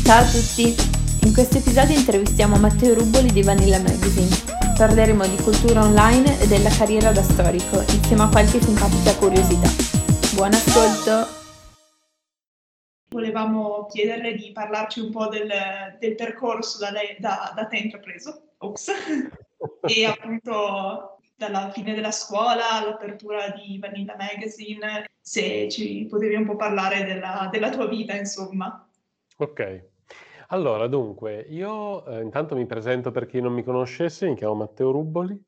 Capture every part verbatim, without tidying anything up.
Ciao a tutti! In questo episodio intervistiamo Matteo Rubboli di Vanilla Magazine. Parleremo di cultura online e della carriera da storico, insieme a qualche simpatica curiosità. Buon ascolto! Volevamo chiederle di parlarci un po' del, del percorso da, lei, da, da te intrapreso, Ops, e appunto dalla fine della scuola all'apertura di Vanilla Magazine, se ci potevi un po' parlare della, della tua vita, insomma. Ok, allora dunque, io eh, intanto mi presento per chi non mi conoscesse, mi chiamo Matteo Rubboli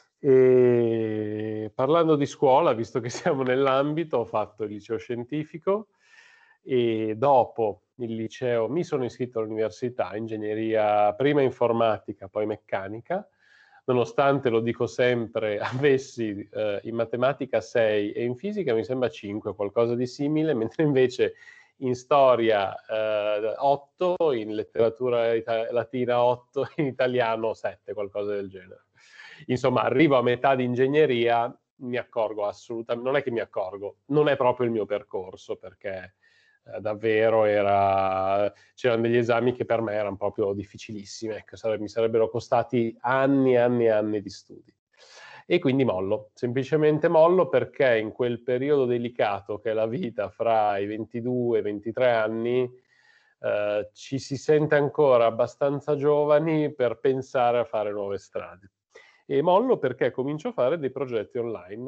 e parlando di scuola, visto che siamo nell'ambito, ho fatto il liceo scientifico e dopo il liceo mi sono iscritto all'università, ingegneria, prima informatica, poi meccanica, nonostante, lo dico sempre, avessi eh, in matematica sei e in fisica mi sembra cinque, qualcosa di simile, mentre invece in storia eh, otto, in letteratura ita- latina otto, in italiano sette, qualcosa del genere. Insomma, arrivo a metà di ingegneria, mi accorgo assolutamente, non è che mi accorgo, non è proprio il mio percorso, perché eh, davvero era, c'erano degli esami che per me erano proprio difficilissimi, ecco, sare- mi sarebbero costati anni e anni e anni di studi. E quindi mollo, semplicemente mollo perché in quel periodo delicato che è la vita fra i ventidue e i ventitré anni eh, ci si sente ancora abbastanza giovani per pensare a fare nuove strade. E mollo perché comincio a fare dei progetti online.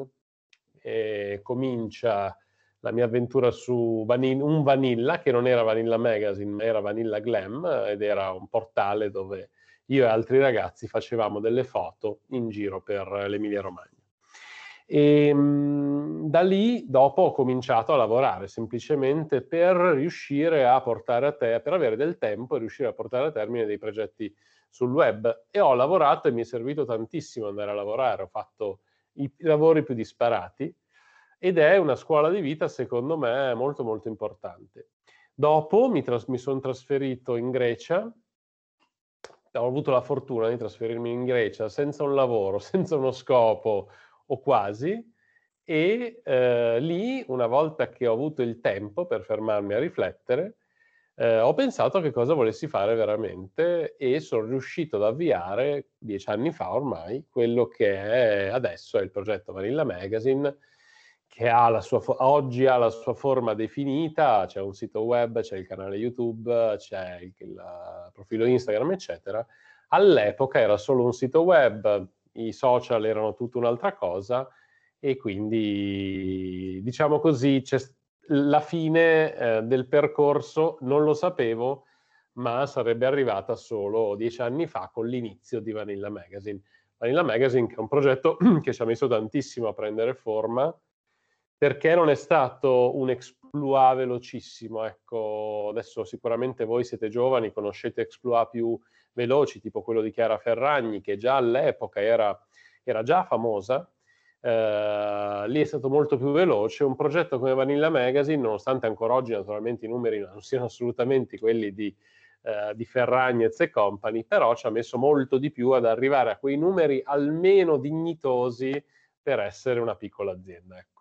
E comincia la mia avventura su Vanilla, un Vanilla, che non era Vanilla Magazine, ma era Vanilla Glam, ed era un portale dove io e altri ragazzi facevamo delle foto in giro per l'Emilia Romagna. E mh, da lì dopo ho cominciato a lavorare semplicemente per riuscire a portare a te, per avere del tempo e riuscire a portare a termine dei progetti sul web. E ho lavorato e mi è servito tantissimo andare a lavorare, ho fatto i lavori più disparati ed è una scuola di vita secondo me molto molto importante. Dopo mi, tras- mi sono trasferito in Grecia, ho avuto la fortuna di trasferirmi in Grecia senza un lavoro, senza uno scopo o quasi, e eh, lì, una volta che ho avuto il tempo per fermarmi a riflettere, eh, ho pensato a che cosa volessi fare veramente e sono riuscito ad avviare, dieci anni fa ormai, quello che è adesso è il progetto Vanilla Magazine, che ha la sua fo- oggi ha la sua forma definita, c'è un sito web, c'è il canale YouTube, c'è il, il profilo Instagram, eccetera. All'epoca era solo un sito web, i social erano tutta un'altra cosa e quindi, diciamo così, c'è la fine eh, del percorso, non lo sapevo, ma sarebbe arrivata solo dieci anni fa con l'inizio di Vanilla Magazine. Vanilla Magazine che è un progetto che ci ha messo tantissimo a prendere forma, perché non è stato un exploit velocissimo. Ecco, adesso sicuramente voi siete giovani, conoscete exploit più veloci, tipo quello di Chiara Ferragni, che già all'epoca era, era già famosa. Uh, lì è stato molto più veloce. Un progetto come Vanilla Magazine, nonostante ancora oggi naturalmente i numeri non siano assolutamente quelli di, uh, di Ferragnez e company, però ci ha messo molto di più ad arrivare a quei numeri almeno dignitosi per essere una piccola azienda, ecco.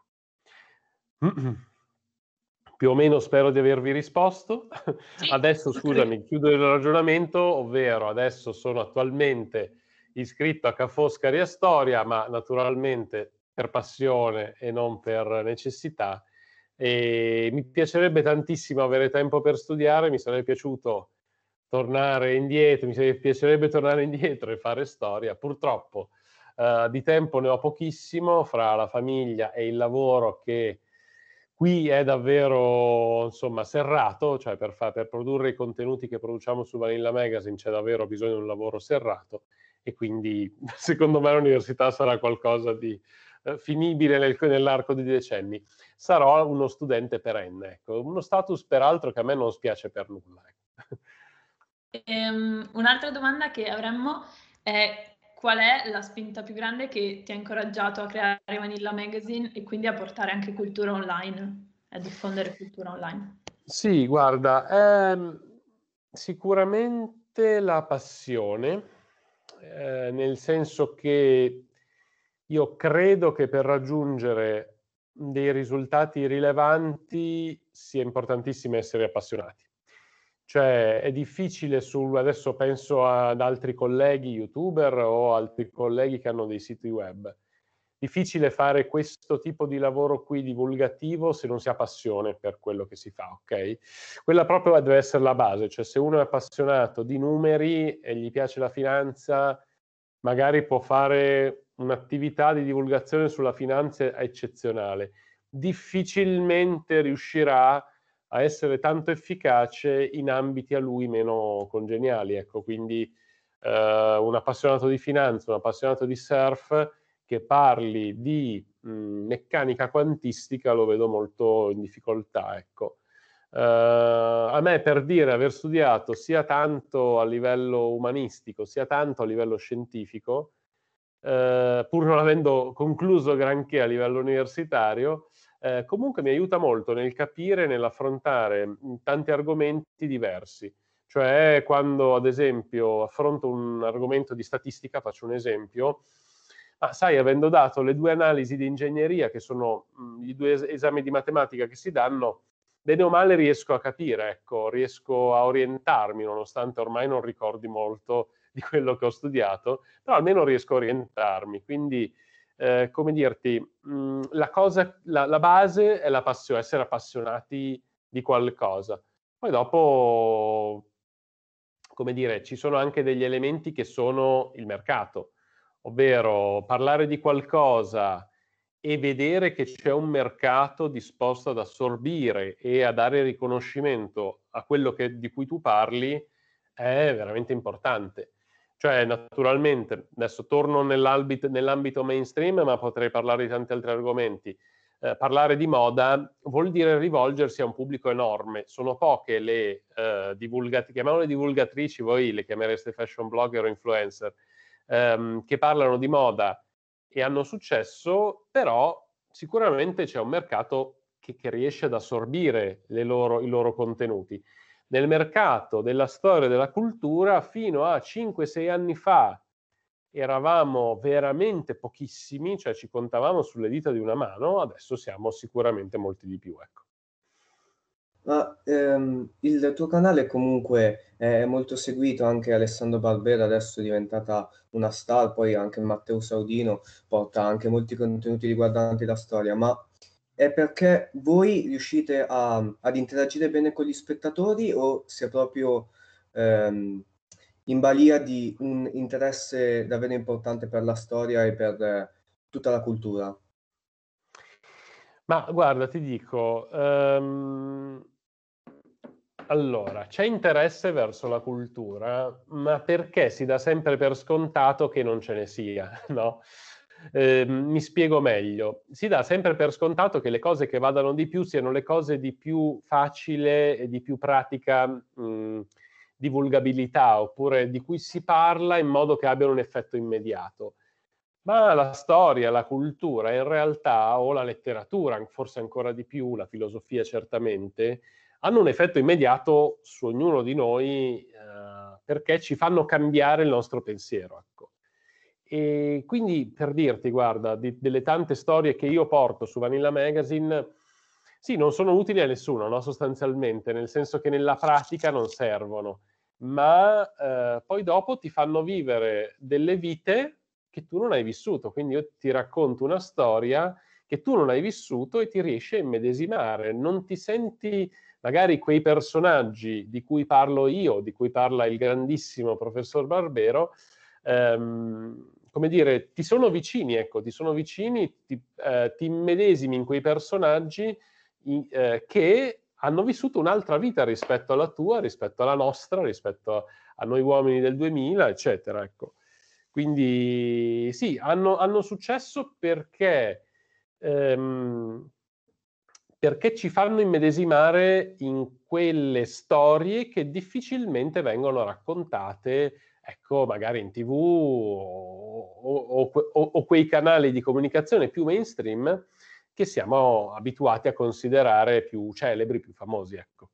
Più o meno spero di avervi risposto. Sì, Adesso, scusami, chiudo il ragionamento, ovvero adesso sono attualmente iscritto a Ca' Foscari e Storia, ma naturalmente per passione e non per necessità. E mi piacerebbe tantissimo avere tempo per studiare, mi sarebbe piaciuto tornare indietro, mi sarebbe, piacerebbe tornare indietro e fare storia. Purtroppo eh, di tempo ne ho pochissimo fra la famiglia e il lavoro, che qui è davvero, insomma, serrato, cioè per, fa- per produrre i contenuti che produciamo su Vanilla Magazine c'è davvero bisogno di un lavoro serrato, e quindi secondo me l'università sarà qualcosa di eh, finibile nel- nell'arco di decenni. Sarò uno studente perenne, ecco, uno status peraltro che a me non spiace per nulla. Ecco. Ehm, un'altra domanda che avremmo è: qual è la spinta più grande che ti ha incoraggiato a creare Vanilla Magazine e quindi a portare anche cultura online, a diffondere cultura online? Sì, guarda, ehm, sicuramente la passione, eh, nel senso che io credo che per raggiungere dei risultati rilevanti sia importantissimo essere appassionati. Cioè è difficile su, adesso penso ad altri colleghi youtuber o altri colleghi che hanno dei siti web, difficile fare questo tipo di lavoro qui divulgativo se non si ha passione per quello che si fa, ok? Quella proprio deve essere la base, cioè se uno è appassionato di numeri e gli piace la finanza, magari può fare un'attività di divulgazione sulla finanza eccezionale. Difficilmente riuscirà a essere tanto efficace in ambiti a lui meno congeniali, ecco, quindi eh, un appassionato di finanza, un appassionato di surf che parli di mh, meccanica quantistica lo vedo molto in difficoltà, ecco. Uh, a me, per dire, aver studiato sia tanto a livello umanistico sia tanto a livello scientifico, uh, pur non avendo concluso granché a livello universitario, uh, comunque mi aiuta molto nel capire e nell'affrontare tanti argomenti diversi. Cioè, quando ad esempio affronto un argomento di statistica, faccio un esempio, ma sai, avendo dato le due analisi di ingegneria, che sono mh, i due es- esami di matematica che si danno, bene o male riesco a capire, ecco, riesco a orientarmi, nonostante ormai non ricordi molto di quello che ho studiato, però almeno riesco a orientarmi. Quindi, eh, come dirti, mh, la cosa, la, la base è la passione, essere appassionati di qualcosa. Poi dopo, come dire, ci sono anche degli elementi che sono il mercato, ovvero parlare di qualcosa e vedere che c'è un mercato disposto ad assorbire e a dare riconoscimento a quello che, di cui tu parli è veramente importante. Cioè, naturalmente, adesso torno nell'ambito, nell'ambito mainstream, ma potrei parlare di tanti altri argomenti. Eh, parlare di moda vuol dire rivolgersi a un pubblico enorme. Sono poche le eh, divulgatrici, chiamiamole divulgatrici, voi le chiamereste fashion blogger o influencer, ehm, che parlano di moda e hanno successo, però sicuramente c'è un mercato che, che riesce ad assorbire le loro, i loro contenuti. Nel mercato della storia e della cultura, fino a cinque sei anni fa, eravamo veramente pochissimi, cioè ci contavamo sulle dita di una mano, adesso siamo sicuramente molti di più, ecco. Ma ehm, il tuo canale comunque è molto seguito, anche Alessandro Barbera adesso è diventata una star, poi anche Matteo Saudino porta anche molti contenuti riguardanti la storia, ma è perché voi riuscite a, ad interagire bene con gli spettatori o si è proprio ehm, in balia di un interesse davvero importante per la storia e per eh, tutta la cultura? Ma guarda, ti dico, um, allora, c'è interesse verso la cultura, ma perché si dà sempre per scontato che non ce ne sia, no? Eh, mi spiego meglio. Si dà sempre per scontato che le cose che vadano di più siano le cose di più facile e di più pratica mh, divulgabilità, oppure di cui si parla in modo che abbiano un effetto immediato. Ma la storia, la cultura, in realtà, o la letteratura, forse ancora di più, la filosofia certamente, hanno un effetto immediato su ognuno di noi eh, perché ci fanno cambiare il nostro pensiero, ecco. E quindi, per dirti, guarda, di, delle tante storie che io porto su Vanilla Magazine, sì, non sono utili a nessuno, no? Sostanzialmente, nel senso che nella pratica non servono, ma eh, poi dopo ti fanno vivere delle vite che tu non hai vissuto. Quindi io ti racconto una storia che tu non hai vissuto e ti riesci a immedesimare. Non ti senti magari quei personaggi di cui parlo io, di cui parla il grandissimo professor Barbero, ehm, come dire, ti sono vicini, ecco, ti sono vicini, ti, eh, ti immedesimi in quei personaggi in, eh, che hanno vissuto un'altra vita rispetto alla tua, rispetto alla nostra, rispetto a, a noi uomini del duemila, eccetera, ecco. Quindi sì, hanno, hanno successo perché, ehm, perché ci fanno immedesimare in quelle storie che difficilmente vengono raccontate, ecco, magari in tivù o, o, o, o quei canali di comunicazione più mainstream che siamo abituati a considerare più celebri, più famosi, ecco.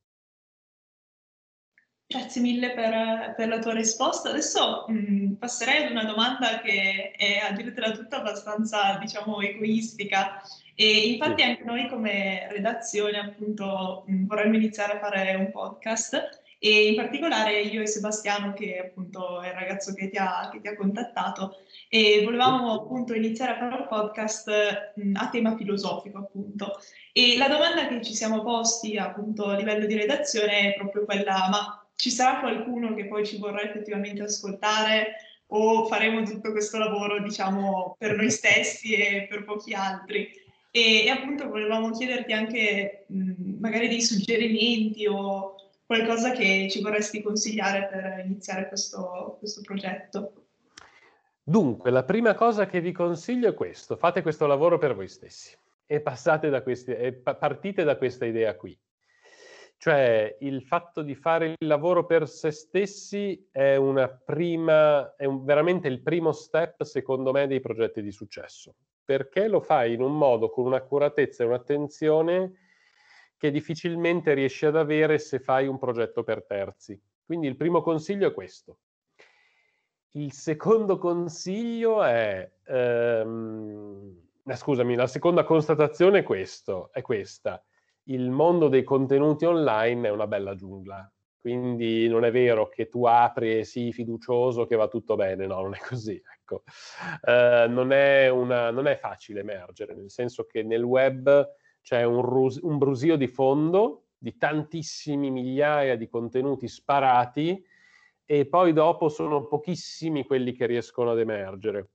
Grazie mille per, per la tua risposta. Adesso mh, passerei ad una domanda che è, a dirtela tutta, abbastanza, diciamo, egoistica. E infatti Sì. anche noi come redazione, appunto, mh, vorremmo iniziare a fare un podcast e in particolare io e Sebastiano, che appunto è il ragazzo che ti ha, che ti ha contattato, e volevamo appunto iniziare a fare un podcast mh, a tema filosofico appunto. E la domanda che ci siamo posti appunto a livello di redazione è proprio quella: ma ci sarà qualcuno che poi ci vorrà effettivamente ascoltare, o faremo tutto questo lavoro, diciamo, per noi stessi e per pochi altri? E, e appunto volevamo chiederti anche mh, magari dei suggerimenti o qualcosa che ci vorresti consigliare per iniziare questo, questo progetto. Dunque, la prima cosa che vi consiglio è questo: fate questo lavoro per voi stessi e passate da questi, e partite da questa idea qui. Cioè, il fatto di fare il lavoro per se stessi è una prima, è un, veramente il primo step, secondo me, dei progetti di successo, perché lo fai in un modo, con un'accuratezza e un'attenzione che difficilmente riesci ad avere se fai un progetto per terzi. Quindi il primo consiglio è questo. Il secondo consiglio è, ehm, eh, scusami, la seconda constatazione è, questo, è questa. Il mondo dei contenuti online è una bella giungla, quindi non è vero che tu apri e sii fiducioso che va tutto bene, no, non è così, ecco. Eh, non è una, non è facile emergere, nel senso che nel web c'è un, rus- un brusio di fondo di tantissimi migliaia di contenuti sparati, e poi dopo sono pochissimi quelli che riescono ad emergere.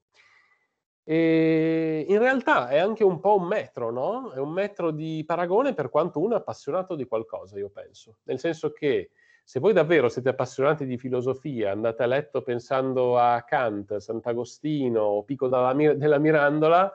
E in realtà è anche un po' un metro, no? È un metro di paragone per quanto uno è appassionato di qualcosa, io penso. Nel senso che se voi davvero siete appassionati di filosofia, andate a letto pensando a Kant, Sant'Agostino, Pico della, Mir- della Mirandola,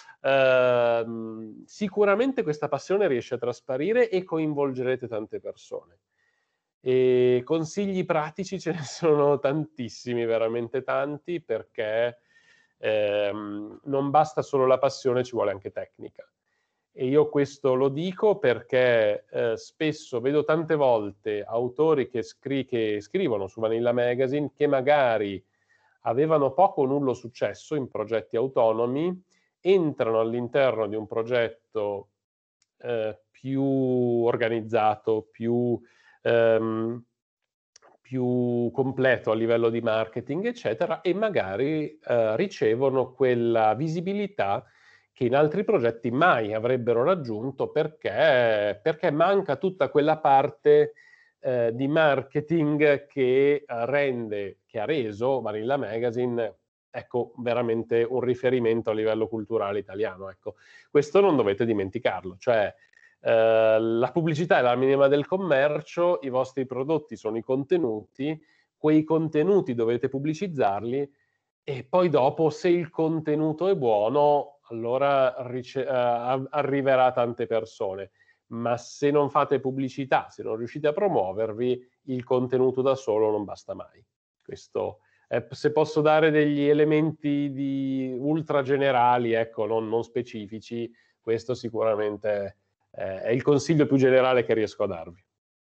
ehm, sicuramente questa passione riesce a trasparire e coinvolgerete tante persone. E consigli pratici ce ne sono tantissimi, veramente tanti, perché ehm, non basta solo la passione, ci vuole anche tecnica. E io questo lo dico perché eh, spesso vedo tante volte autori che, scri- che scrivono su Vanilla Magazine che magari avevano poco o nullo successo in progetti autonomi, entrano all'interno di un progetto eh, più organizzato, più ehm, più completo a livello di marketing, eccetera, e magari eh, ricevono quella visibilità che in altri progetti mai avrebbero raggiunto, perché, perché manca tutta quella parte eh, di marketing che rende, che ha reso Vanilla Magazine, ecco, veramente un riferimento a livello culturale italiano. Ecco. Questo non dovete dimenticarlo, cioè Uh, la pubblicità è la minima del commercio, i vostri prodotti sono i contenuti, quei contenuti dovete pubblicizzarli, e poi dopo, se il contenuto è buono, allora rice- uh, arriverà a tante persone. Ma se non fate pubblicità, se non riuscite a promuovervi, il contenuto da solo non basta mai. Questo è, se posso dare degli elementi di ultra generali, ecco, non, non specifici, questo sicuramente Eh, è il consiglio più generale che riesco a darvi.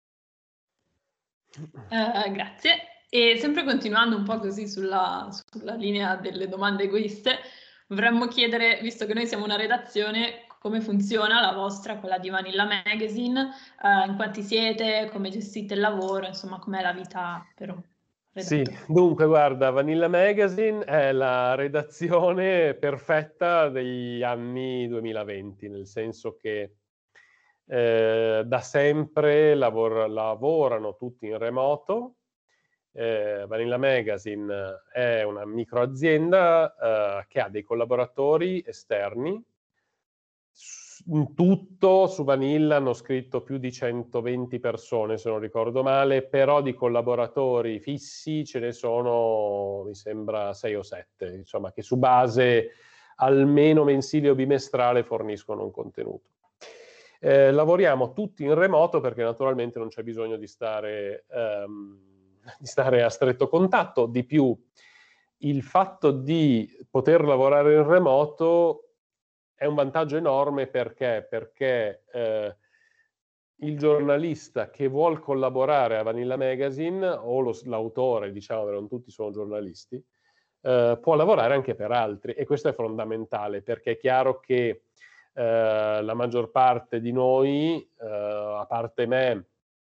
Uh, grazie. E sempre continuando un po' così sulla, sulla linea delle domande egoiste, vorremmo chiedere, visto che noi siamo una redazione, come funziona la vostra, quella di Vanilla Magazine, uh, in quanti siete, come gestite il lavoro, insomma, com'è la vita per un redattore? Sì, dunque guarda, Vanilla Magazine è la redazione perfetta degli anni duemilaventi, nel senso che Eh, da sempre lavor- lavorano tutti in remoto. Eh, Vanilla Magazine è una microazienda eh, che ha dei collaboratori esterni. In tutto su Vanilla hanno scritto più di centoventi persone, se non ricordo male, però di collaboratori fissi ce ne sono, mi sembra, sei o sette, insomma, che su base almeno mensile o bimestrale forniscono un contenuto. Eh, lavoriamo tutti in remoto perché naturalmente non c'è bisogno di stare, ehm, di stare a stretto contatto. Di più, il fatto di poter lavorare in remoto è un vantaggio enorme, perché, perché eh, il giornalista che vuol collaborare a Vanilla Magazine, o lo, l'autore, diciamo, non tutti sono giornalisti, eh, può lavorare anche per altri, e questo è fondamentale, perché è chiaro che Uh, la maggior parte di noi, uh, a parte me,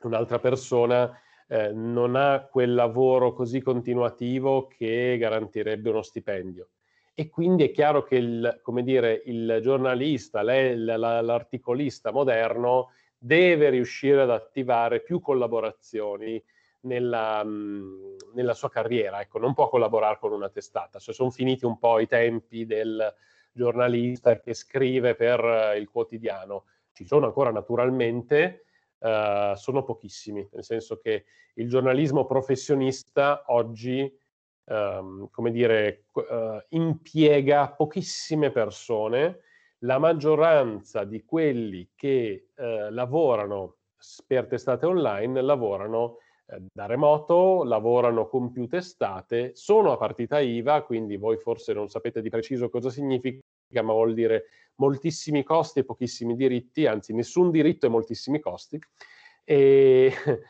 un'altra persona eh, non ha quel lavoro così continuativo che garantirebbe uno stipendio. E quindi è chiaro che il, come dire, il giornalista, l'articolista moderno deve riuscire ad attivare più collaborazioni nella, nella sua carriera. Ecco, non può collaborare con una testata. Cioè, sono finiti un po' i tempi del giornalista che scrive per il quotidiano. Ci sono ancora naturalmente, uh, sono pochissimi, nel senso che il giornalismo professionista oggi, um, come dire, uh, impiega pochissime persone. La maggioranza di quelli che uh, lavorano per testate online lavorano uh, da remoto, lavorano con più testate, sono a partita I V A, quindi voi forse non sapete di preciso cosa significa, ma vuol dire moltissimi costi e pochissimi diritti, anzi nessun diritto e moltissimi costi, e,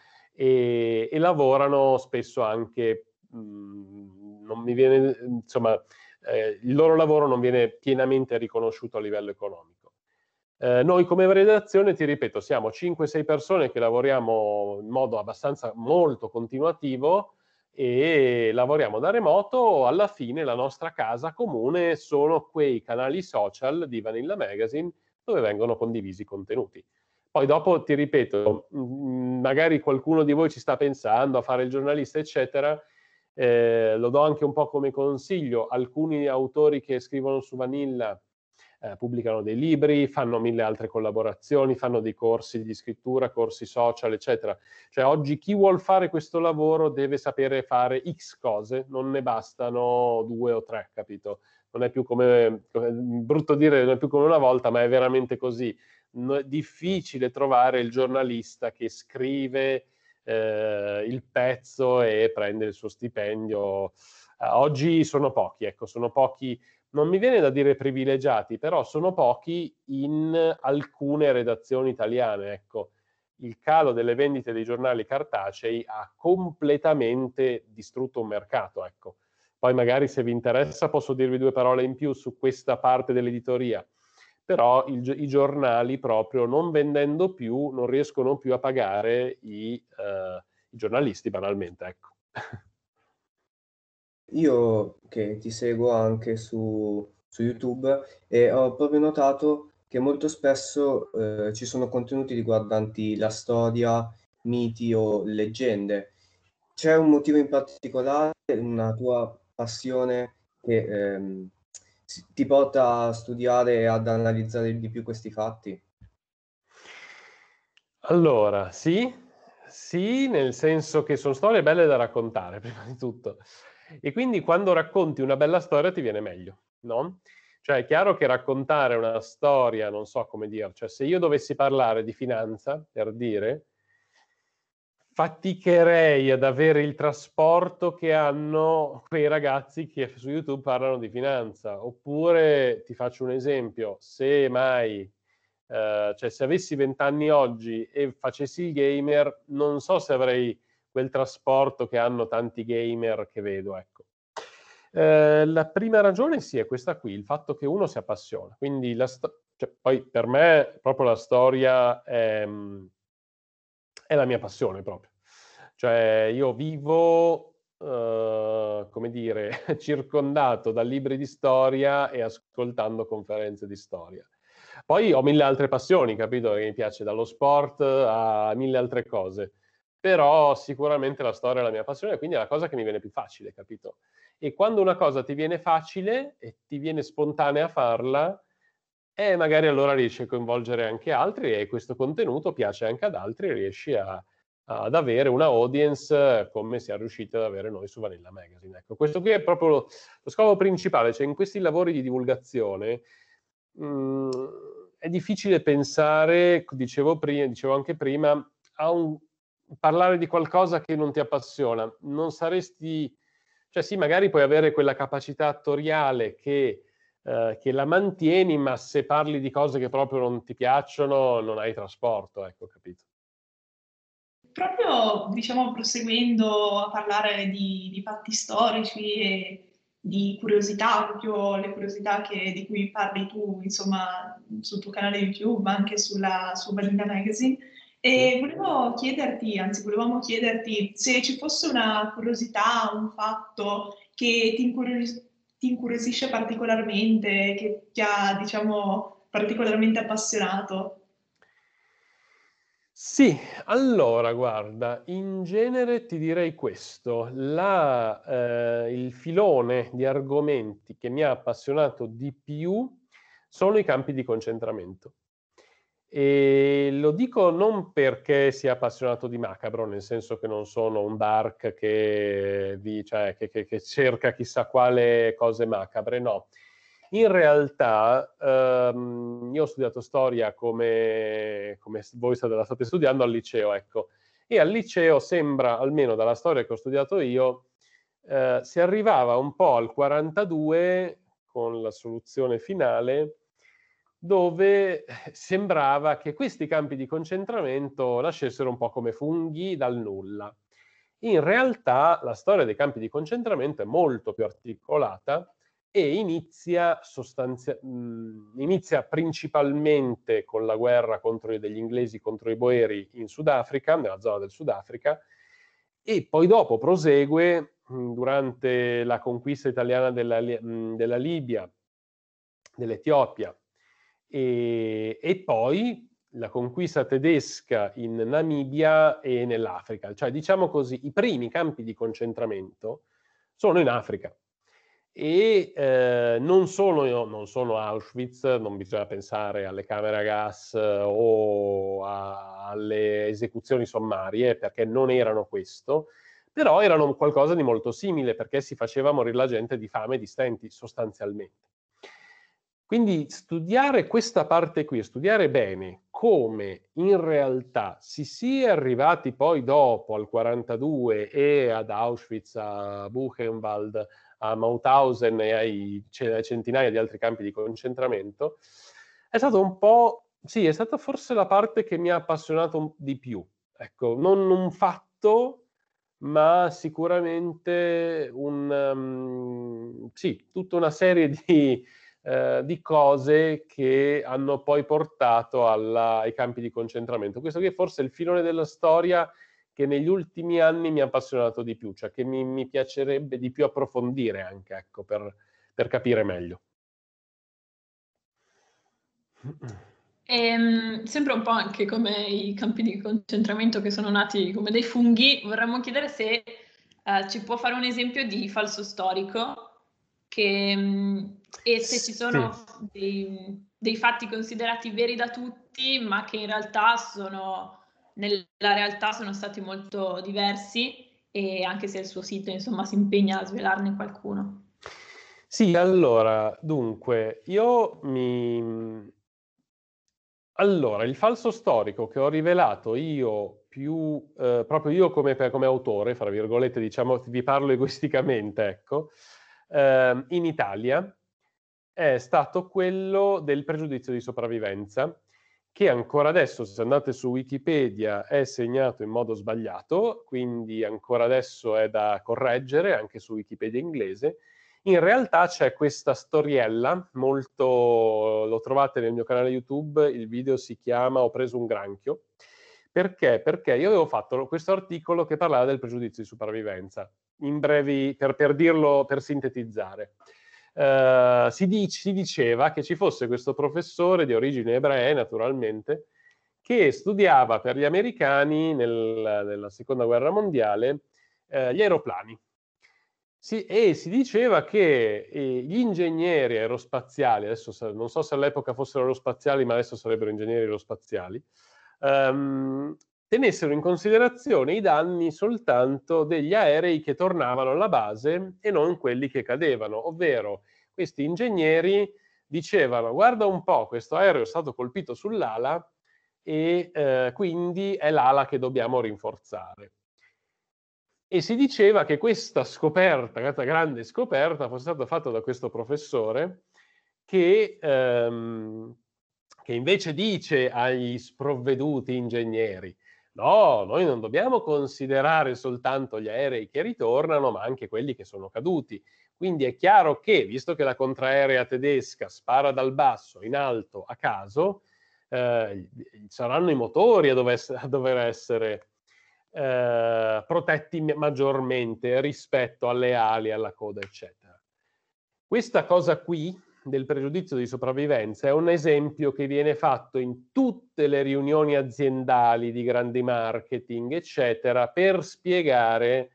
e, e lavorano spesso anche, mh, non mi viene, insomma, eh, il loro lavoro non viene pienamente riconosciuto a livello economico. Eh, noi come redazione, ti ripeto, siamo cinque sei persone che lavoriamo in modo abbastanza molto continuativo e lavoriamo da remoto. Alla fine la nostra casa comune sono quei canali social di Vanilla Magazine dove vengono condivisi i contenuti. Poi dopo, ti ripeto, magari qualcuno di voi ci sta pensando a fare il giornalista, eccetera, eh, lo do anche un po' come consiglio. Alcuni autori che scrivono su Vanilla eh, pubblicano dei libri, fanno mille altre collaborazioni, fanno dei corsi di scrittura, corsi social, eccetera. Cioè oggi chi vuol fare questo lavoro deve sapere fare X cose, non ne bastano due o tre, capito? Non è più come, come brutto dire, non è più come una volta, ma è veramente così. No, è difficile trovare il giornalista che scrive eh, il pezzo e prende il suo stipendio. Eh, oggi sono pochi, ecco, sono pochi, non mi viene da dire privilegiati, però sono pochi in alcune redazioni italiane, ecco. Il calo delle vendite dei giornali cartacei ha completamente distrutto un mercato, ecco. Poi magari se vi interessa posso dirvi due parole in più su questa parte dell'editoria, però il, i giornali proprio non vendendo più non riescono più a pagare i, eh, i giornalisti banalmente, ecco. Io che ti seguo anche su, su YouTube e ho proprio notato che molto spesso eh, ci sono contenuti riguardanti la storia, miti o leggende. C'è un motivo in particolare, una tua passione che ehm, ti porta a studiare e ad analizzare di più questi fatti? Allora, sì, sì, nel senso che sono storie belle da raccontare, prima di tutto. E quindi quando racconti una bella storia ti viene meglio, no? Cioè è chiaro che raccontare una storia, non so come dire, cioè se io dovessi parlare di finanza, per dire, faticherei ad avere il trasporto che hanno quei ragazzi che su YouTube parlano di finanza. Oppure, ti faccio un esempio, se mai... Uh, cioè se avessi vent'anni oggi e facessi il gamer, non so se avrei quel trasporto che hanno tanti gamer che vedo, ecco. Uh, la prima ragione sì è questa qui, il fatto che uno si appassiona, quindi la cioè, poi per me proprio la storia è, è la mia passione proprio, cioè io vivo uh, come dire circondato da libri di storia e ascoltando conferenze di storia. Poi ho mille altre passioni, capito? Che mi piace dallo sport a mille altre cose, però sicuramente la storia è la mia passione, quindi è la cosa che mi viene più facile, capito? E quando una cosa ti viene facile e ti viene spontanea a farla, e magari allora riesci a coinvolgere anche altri e questo contenuto piace anche ad altri e riesci a, ad avere una audience come siamo riusciti ad avere noi su Vanilla Magazine. Ecco, questo qui è proprio lo, lo scopo principale, cioè in questi lavori di divulgazione mh, è difficile pensare, dicevo prima, dicevo anche prima, a un, parlare di qualcosa che non ti appassiona. Non saresti, cioè sì, magari puoi avere quella capacità attoriale che Uh, che la mantieni, ma se parli di cose che proprio non ti piacciono, non hai trasporto, ecco, capito? Proprio, diciamo, proseguendo a parlare di, di fatti storici e di curiosità, proprio le curiosità che, di cui parli tu, insomma, sul tuo canale YouTube, ma anche sulla, su Vanilla Magazine, E volevo chiederti, anzi volevamo chiederti se ci fosse una curiosità, un fatto che ti, incurios- ti incuriosisce particolarmente, che ti ha, diciamo, particolarmente appassionato. Sì, allora guarda, in genere ti direi questo, la, eh, il filone di argomenti che mi ha appassionato di più sono i campi di concentramento. E lo dico non perché sia appassionato di macabro, nel senso che non sono un dark che, vi, cioè, che, che, che cerca chissà quale cose macabre, no. In realtà ehm, io ho studiato storia come, come voi state, la state studiando al liceo, ecco, e al liceo sembra, almeno dalla storia che ho studiato io, eh, si arrivava un po' al quarantadue con la soluzione finale, dove sembrava che questi campi di concentramento nascessero un po' come funghi dal nulla. In realtà la storia dei campi di concentramento è molto più articolata e inizia, sostanzia- mh, inizia principalmente con la guerra contro, degli inglesi contro i boeri in Sudafrica, nella zona del Sudafrica, e poi dopo prosegue mh, durante la conquista italiana della, mh, della Libia, dell'Etiopia, e, e poi la conquista tedesca in Namibia e nell'Africa. Cioè, diciamo così, i primi campi di concentramento sono in Africa. E eh, non, sono, non sono Auschwitz, non bisogna pensare alle camere a gas eh, o a, alle esecuzioni sommarie, perché non erano questo, però erano qualcosa di molto simile, perché si faceva morire la gente di fame e di stenti, sostanzialmente. Quindi studiare questa parte qui, studiare bene come in realtà si sia arrivati poi dopo al quarantadue e ad Auschwitz, a Buchenwald, a Mauthausen e ai centinaia di altri campi di concentramento, è stato un po', sì, è stata forse la parte che mi ha appassionato di più. Ecco, non un fatto, ma sicuramente un, um, sì, tutta una serie di, uh, di cose che hanno poi portato alla, ai campi di concentramento. Questo qui è forse il filone della storia che negli ultimi anni mi ha appassionato di più, cioè che mi, mi piacerebbe di più approfondire anche, ecco, per, per capire meglio. E, sempre un po' anche come i campi di concentramento che sono nati come dei funghi, vorremmo chiedere se uh, ci può fare un esempio di falso storico che, um, e se ci sono sì. dei, dei fatti considerati veri da tutti, ma che in realtà sono, nella realtà sono stati molto diversi, e anche se il suo sito insomma si impegna a svelarne qualcuno. Sì, allora, dunque, io mi... Allora, il falso storico che ho rivelato io più, eh, proprio io come, come autore, fra virgolette, diciamo, vi parlo egoisticamente, ecco, eh, in Italia è stato quello del pregiudizio di sopravvivenza, che ancora adesso, se andate su Wikipedia, è segnato in modo sbagliato, quindi ancora adesso è da correggere anche su Wikipedia inglese. In realtà c'è questa storiella, molto, lo trovate nel mio canale YouTube, il video si chiama Ho preso un granchio. Perché? Perché io avevo fatto questo articolo che parlava del pregiudizio di sopravvivenza, in brevi, per, per dirlo, per sintetizzare. Uh, si, dice, si diceva che ci fosse questo professore di origini ebree, naturalmente, che studiava per gli americani nel, nella seconda guerra mondiale eh, gli aeroplani. Sì, e si diceva che eh, gli ingegneri aerospaziali, adesso non so se all'epoca fossero aerospaziali, ma adesso sarebbero ingegneri aerospaziali, ehm, tenessero in considerazione i danni soltanto degli aerei che tornavano alla base e non quelli che cadevano, ovvero questi ingegneri dicevano: guarda un po', questo aereo è stato colpito sull'ala e eh, quindi è l'ala che dobbiamo rinforzare. E si diceva che questa scoperta, questa grande scoperta, fosse stata fatta da questo professore che, ehm, che invece dice agli sprovveduti ingegneri: no, noi non dobbiamo considerare soltanto gli aerei che ritornano, ma anche quelli che sono caduti. Quindi è chiaro che, visto che la contraerea tedesca spara dal basso in alto a caso, eh, saranno i motori a dover, a dover essere eh, protetti maggiormente rispetto alle ali, alla coda, eccetera. Questa cosa qui del pregiudizio di sopravvivenza è un esempio che viene fatto in tutte le riunioni aziendali di grandi marketing, eccetera, per spiegare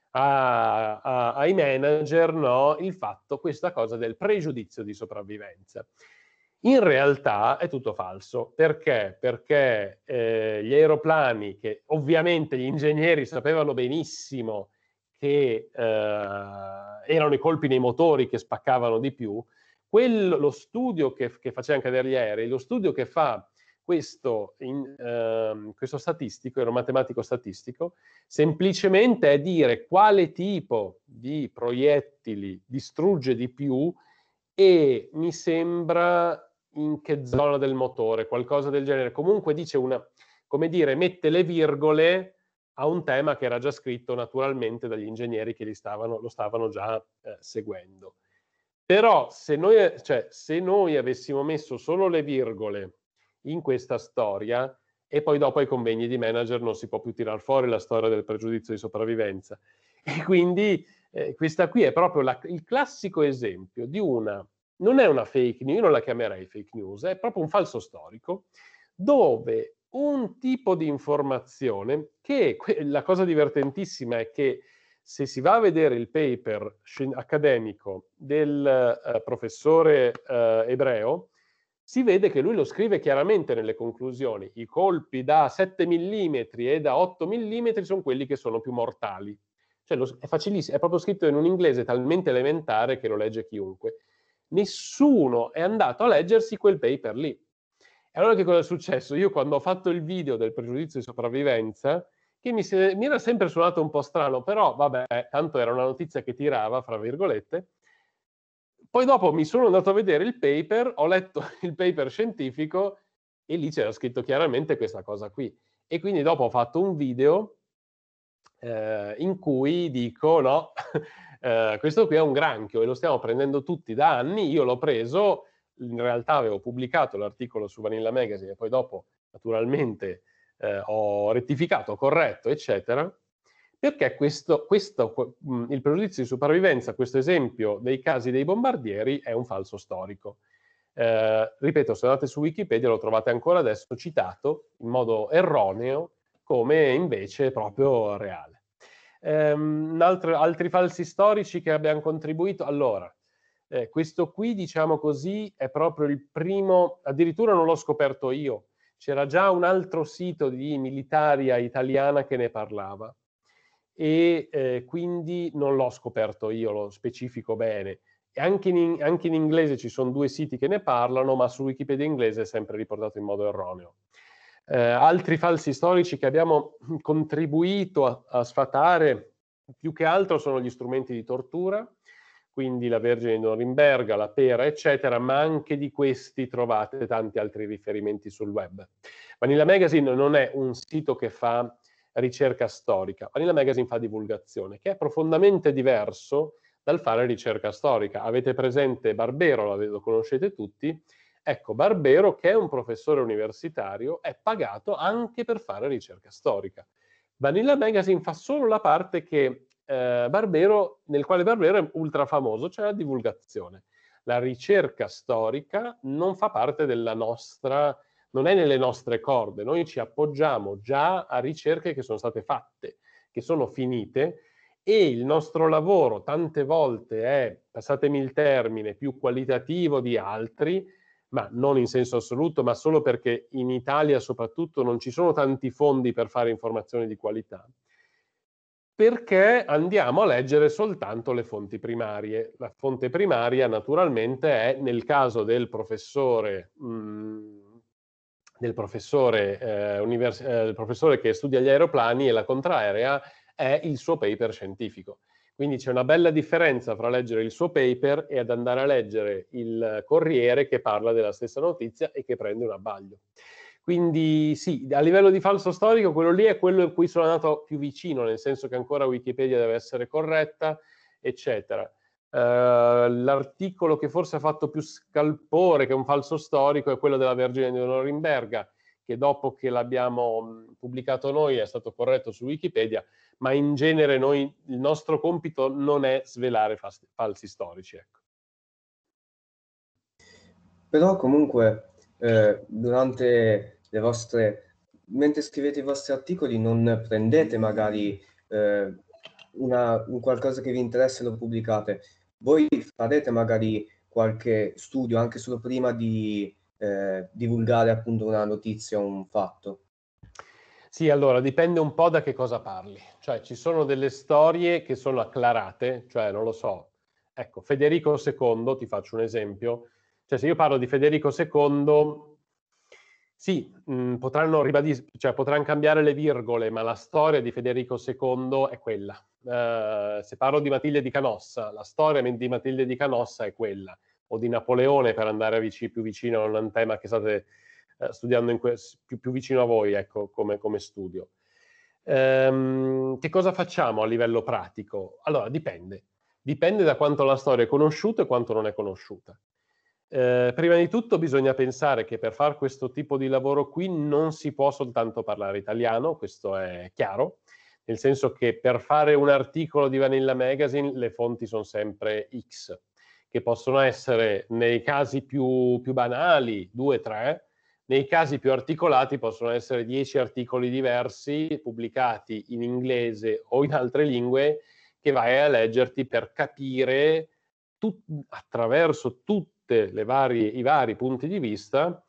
a, a, ai manager, no, il fatto, questa cosa del pregiudizio di sopravvivenza. In realtà è tutto falso. Perché? Perché eh, gli aeroplani, che ovviamente gli ingegneri sapevano benissimo che eh, erano i colpi nei motori che spaccavano di più, quello, lo studio che, che facevano cadere gli aerei, lo studio che fa questo, in, eh, questo statistico, era un matematico statistico, semplicemente è dire quale tipo di proiettili distrugge di più e mi sembra in che zona del motore, qualcosa del genere. Comunque dice una, come dire, mette le virgole a un tema che era già scritto naturalmente dagli ingegneri che li stavano, lo stavano già eh, seguendo. Però se noi, cioè, se noi avessimo messo solo le virgole in questa storia e poi dopo ai convegni di manager non si può più tirar fuori la storia del pregiudizio di sopravvivenza. E quindi eh, questa qui è proprio la, il classico esempio di una, non è una fake news, io non la chiamerei fake news, è proprio un falso storico, dove un tipo di informazione che, la cosa divertentissima è che se si va a vedere il paper accademico del uh, professore uh, ebreo, si vede che lui lo scrive chiaramente nelle conclusioni. I colpi da sette millimetri e da otto millimetri sono quelli che sono più mortali. Cioè lo, è facilissimo, è proprio scritto in un inglese talmente elementare che lo legge chiunque. Nessuno è andato a leggersi quel paper lì. E allora che cosa è successo? Io quando ho fatto il video del pregiudizio di sopravvivenza, che mi, se, mi era sempre suonato un po' strano, però vabbè, tanto era una notizia che tirava, fra virgolette. Poi dopo mi sono andato a vedere il paper, ho letto il paper scientifico e lì c'era scritto chiaramente questa cosa qui. E quindi dopo ho fatto un video eh, in cui dico, no, eh, questo qui è un granchio e lo stiamo prendendo tutti da anni, io l'ho preso, in realtà avevo pubblicato l'articolo su Vanilla Magazine e poi dopo naturalmente eh, ho rettificato, corretto, eccetera, perché questo, questo, il pregiudizio di sopravvivenza, questo esempio dei casi dei bombardieri è un falso storico. Eh, ripeto, se andate su Wikipedia lo trovate ancora adesso citato in modo erroneo come invece proprio reale. Um, altro, altri falsi storici che abbiamo contribuito, allora, eh, questo qui, diciamo così, è proprio il primo, addirittura non l'ho scoperto io, c'era già un altro sito di militaria italiana che ne parlava e eh, quindi non l'ho scoperto io, lo specifico bene. E anche in, anche in inglese ci sono due siti che ne parlano, ma su Wikipedia inglese è sempre riportato in modo erroneo. Eh, altri falsi storici che abbiamo contribuito a, a sfatare, più che altro sono gli strumenti di tortura, quindi la Vergine di Norimberga, la pera, eccetera, ma anche di questi trovate tanti altri riferimenti sul web. Vanilla Magazine non è un sito che fa ricerca storica, Vanilla Magazine fa divulgazione, che è profondamente diverso dal fare ricerca storica. Avete presente Barbero, lo conoscete tutti. Ecco, Barbero, che è un professore universitario, è pagato anche per fare ricerca storica. Vanilla Magazine fa solo la parte che eh, Barbero, nel quale Barbero è ultra famoso, cioè la divulgazione. La ricerca storica non fa parte della nostra, non è nelle nostre corde. Noi ci appoggiamo già a ricerche che sono state fatte, che sono finite, e il nostro lavoro tante volte è, passatemi il termine, più qualitativo di altri, ma non in senso assoluto, ma solo perché in Italia soprattutto non ci sono tanti fondi per fare informazioni di qualità, perché andiamo a leggere soltanto le fonti primarie. La fonte primaria naturalmente è, nel caso del professore, mh, del professore, eh, univers- eh, il professore che studia gli aeroplani e la contraerea, è il suo paper scientifico. Quindi c'è una bella differenza fra leggere il suo paper e ad andare a leggere il Corriere che parla della stessa notizia e che prende un abbaglio. Quindi sì, a livello di falso storico quello lì è quello in cui sono andato più vicino, nel senso che ancora Wikipedia deve essere corretta, eccetera. l'articolo che forse ha fatto più scalpore, che è un falso storico, è quello della Vergine di Norimberga, che dopo che l'abbiamo pubblicato noi è stato corretto su Wikipedia, ma in genere noi, il nostro compito non è svelare falsi, falsi storici. Ecco. Però comunque eh, durante le vostre, mentre scrivete i vostri articoli non prendete magari eh, una, un qualcosa che vi interessa e lo pubblicate. Voi farete magari qualche studio anche solo prima di eh, divulgare appunto una notizia o un fatto? Sì, allora dipende un po' da che cosa parli. Cioè ci sono delle storie che sono acclarate, cioè non lo so. Ecco, Federico secondo, ti faccio un esempio. Cioè se io parlo di Federico secondo, sì, mh, potranno ribadire, cioè potranno cambiare le virgole, ma la storia di Federico secondo è quella. Uh, se parlo di Matilde di Canossa, la storia di Matilde di Canossa è quella. O di Napoleone, per andare vic- più vicino a un tema che state uh, studiando in que- più, più vicino a voi, ecco, come, come studio. Um, che cosa facciamo a livello pratico? Allora, dipende. Dipende da quanto la storia è conosciuta e quanto non è conosciuta. Eh, prima di tutto bisogna pensare che per fare questo tipo di lavoro qui non si può soltanto parlare italiano, questo è chiaro, nel senso che per fare un articolo di Vanilla Magazine le fonti sono sempre X, che possono essere nei casi più, più banali, due, tre, nei casi più articolati possono essere dieci articoli diversi pubblicati in inglese o in altre lingue che vai a leggerti per capire tut- attraverso tutti le varie, i vari punti di vista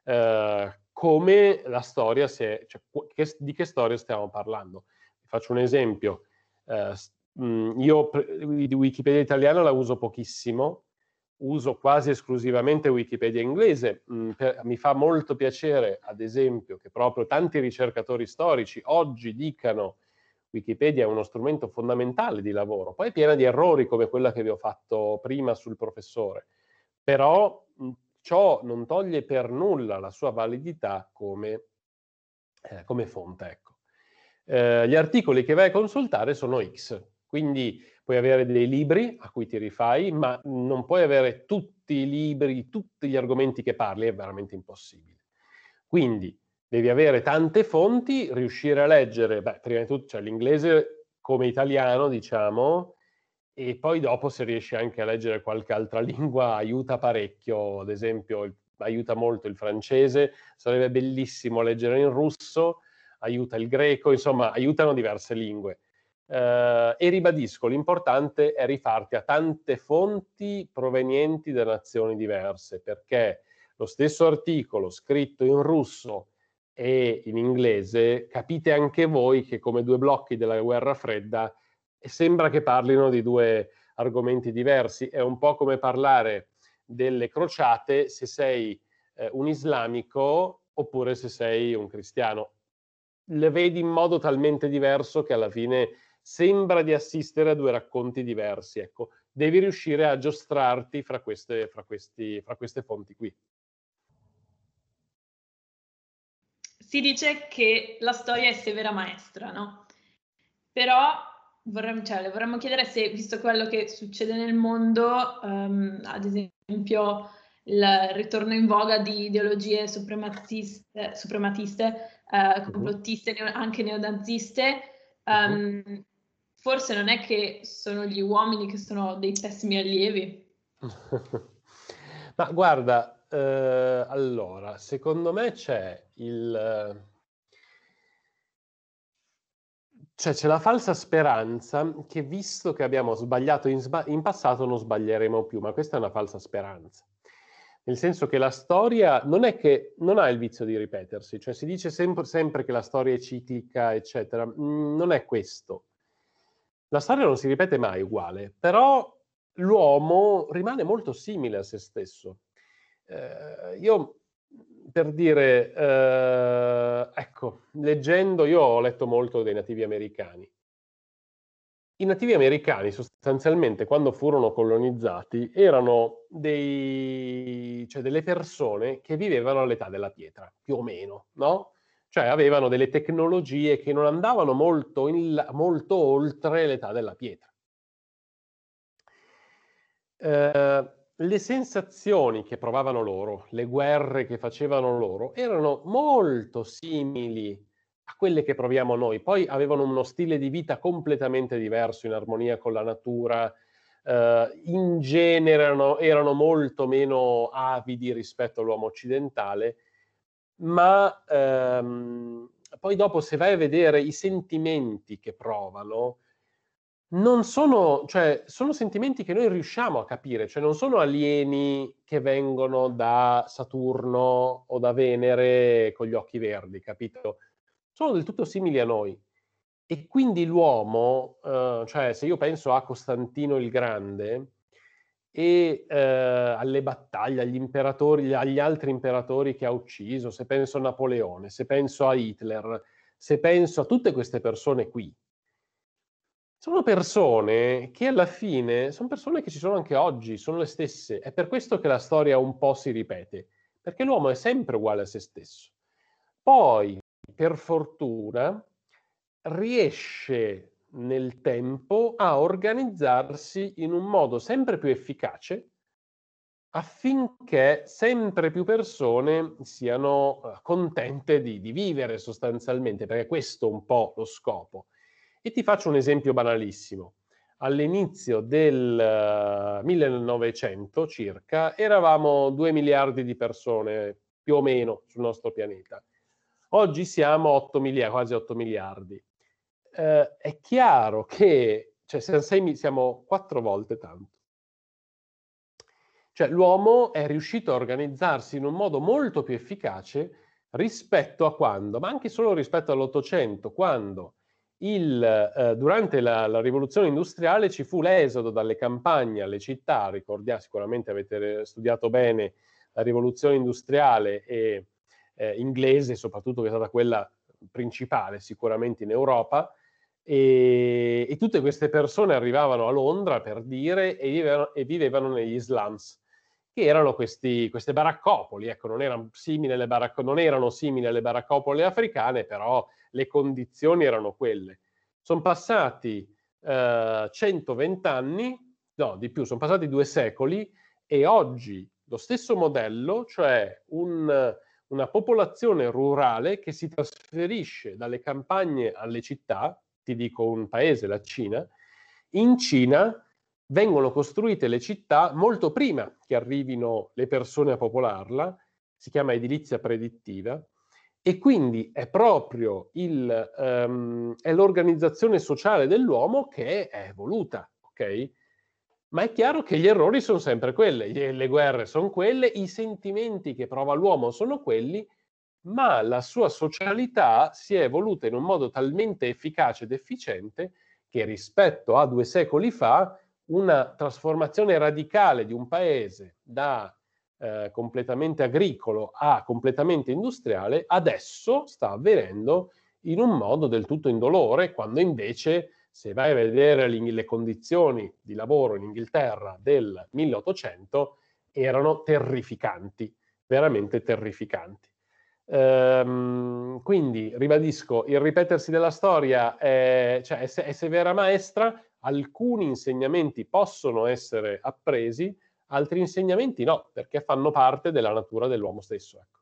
eh, come la storia si è, cioè, che, di che storia stiamo parlando. Vi faccio un esempio. Eh, mh, io di Wikipedia italiana la uso pochissimo, uso quasi esclusivamente Wikipedia inglese. Mh, per, mi fa molto piacere, ad esempio, che proprio tanti ricercatori storici oggi dicano Wikipedia è uno strumento fondamentale di lavoro. Poi è piena di errori come quella che vi ho fatto prima sul professore. Però mh, ciò non toglie per nulla la sua validità come, eh, come fonte. Ecco. Eh, gli articoli che vai a consultare sono X, quindi puoi avere dei libri a cui ti rifai, ma non puoi avere tutti i libri, tutti gli argomenti che parli, è veramente impossibile. Quindi devi avere tante fonti, riuscire a leggere, beh, prima di tutto, cioè l'inglese come italiano, diciamo, e poi dopo se riesci anche a leggere qualche altra lingua aiuta parecchio, ad esempio il, aiuta molto il francese, sarebbe bellissimo leggere in russo, aiuta il greco, insomma aiutano diverse lingue. Uh, e ribadisco, l'importante è rifarti a tante fonti provenienti da nazioni diverse, perché lo stesso articolo scritto in russo e in inglese, capite anche voi che come due blocchi della guerra fredda sembra che parlino di due argomenti diversi. È un po' come parlare delle crociate se sei eh, un islamico oppure se sei un cristiano. Le vedi in modo talmente diverso che alla fine sembra di assistere a due racconti diversi. Ecco, devi riuscire a giostrarti fra queste, fra questi, fra queste fonti qui. Si dice che la storia è severa maestra, no? Però vorremmo, cioè, le vorremmo chiedere se, visto quello che succede nel mondo, um, ad esempio il ritorno in voga di ideologie suprematiste, suprematiste uh, complottiste, uh-huh. anche neonaziste, um, uh-huh. forse non è che sono gli uomini che sono dei pessimi allievi? Ma guarda, eh, allora, secondo me c'è il... Cioè c'è la falsa speranza che visto che abbiamo sbagliato in, sba- in passato non sbaglieremo più, ma questa è una falsa speranza. Nel senso che la storia non è che non ha il vizio di ripetersi, cioè si dice sempre, sempre che la storia è ciclica, eccetera. Mm, non è questo. La storia non si ripete mai uguale, però l'uomo rimane molto simile a se stesso. Eh, io, per dire, eh, ecco, leggendo, io ho letto molto dei nativi americani. I nativi americani sostanzialmente quando furono colonizzati erano dei, cioè delle persone che vivevano all'età della pietra, più o meno, no? Cioè avevano delle tecnologie che non andavano molto, in, molto oltre l'età della pietra. Eh, le sensazioni che provavano loro, le guerre che facevano loro, erano molto simili a quelle che proviamo noi. Poi avevano uno stile di vita completamente diverso, in armonia con la natura. Eh, in genere erano, erano molto meno avidi rispetto all'uomo occidentale, ma ehm, poi dopo, se vai a vedere i sentimenti che provano, non sono, cioè, sono sentimenti che noi riusciamo a capire, cioè non sono alieni che vengono da Saturno o da Venere con gli occhi verdi, capito? Sono del tutto simili a noi. E quindi l'uomo, eh, cioè se io penso a Costantino il Grande e eh, alle battaglie, agli imperatori, agli altri imperatori che ha ucciso, se penso a Napoleone, se penso a Hitler, se penso a tutte queste persone qui, sono persone che alla fine, sono persone che ci sono anche oggi, sono le stesse. È per questo che la storia un po' si ripete, perché l'uomo è sempre uguale a se stesso. Poi, per fortuna, riesce nel tempo a organizzarsi in un modo sempre più efficace affinché sempre più persone siano eh, contente di, di vivere sostanzialmente, perché questo è un po' lo scopo. E ti faccio un esempio banalissimo. All'inizio del uh, millenovecento circa eravamo due miliardi di persone più o meno sul nostro pianeta. Oggi siamo otto miliardi, quasi otto miliardi. Eh, è chiaro che cioè, siamo, sei, siamo quattro volte tanto. Cioè l'uomo è riuscito a organizzarsi in un modo molto più efficace rispetto a quando, ma anche solo rispetto all'Ottocento, quando il, eh, durante la, la rivoluzione industriale ci fu l'esodo dalle campagne alle città. Ricordiamo, sicuramente avete studiato bene la rivoluzione industriale e, eh, inglese, soprattutto, che è stata quella principale sicuramente in Europa, e, e tutte queste persone arrivavano a Londra, per dire, e vivevano, e vivevano negli slums, che erano questi, queste baraccopoli. Ecco, non erano simili alle baracco, non erano simili alle baraccopoli africane, però le condizioni erano quelle. Sono passati eh, centoventi anni, no, di più, sono passati due secoli, e oggi lo stesso modello, cioè un, una popolazione rurale che si trasferisce dalle campagne alle città, ti dico un paese, la Cina. In Cina vengono costruite le città molto prima che arrivino le persone a popolarla, si chiama edilizia predittiva, e quindi è proprio il, um, è l'organizzazione sociale dell'uomo che è evoluta, ok? Ma è chiaro che gli errori sono sempre quelli, le guerre sono quelle, i sentimenti che prova l'uomo sono quelli, ma la sua socialità si è evoluta in un modo talmente efficace ed efficiente che rispetto a due secoli fa una trasformazione radicale di un paese da eh, completamente agricolo a completamente industriale adesso sta avvenendo in un modo del tutto indolore, quando invece, se vai a vedere le condizioni di lavoro in Inghilterra del milleottocento, erano terrificanti, veramente terrificanti. Ehm, quindi ribadisco, il ripetersi della storia è, cioè, è, è severa maestra. Alcuni insegnamenti possono essere appresi, altri insegnamenti no, perché fanno parte della natura dell'uomo stesso. Ecco.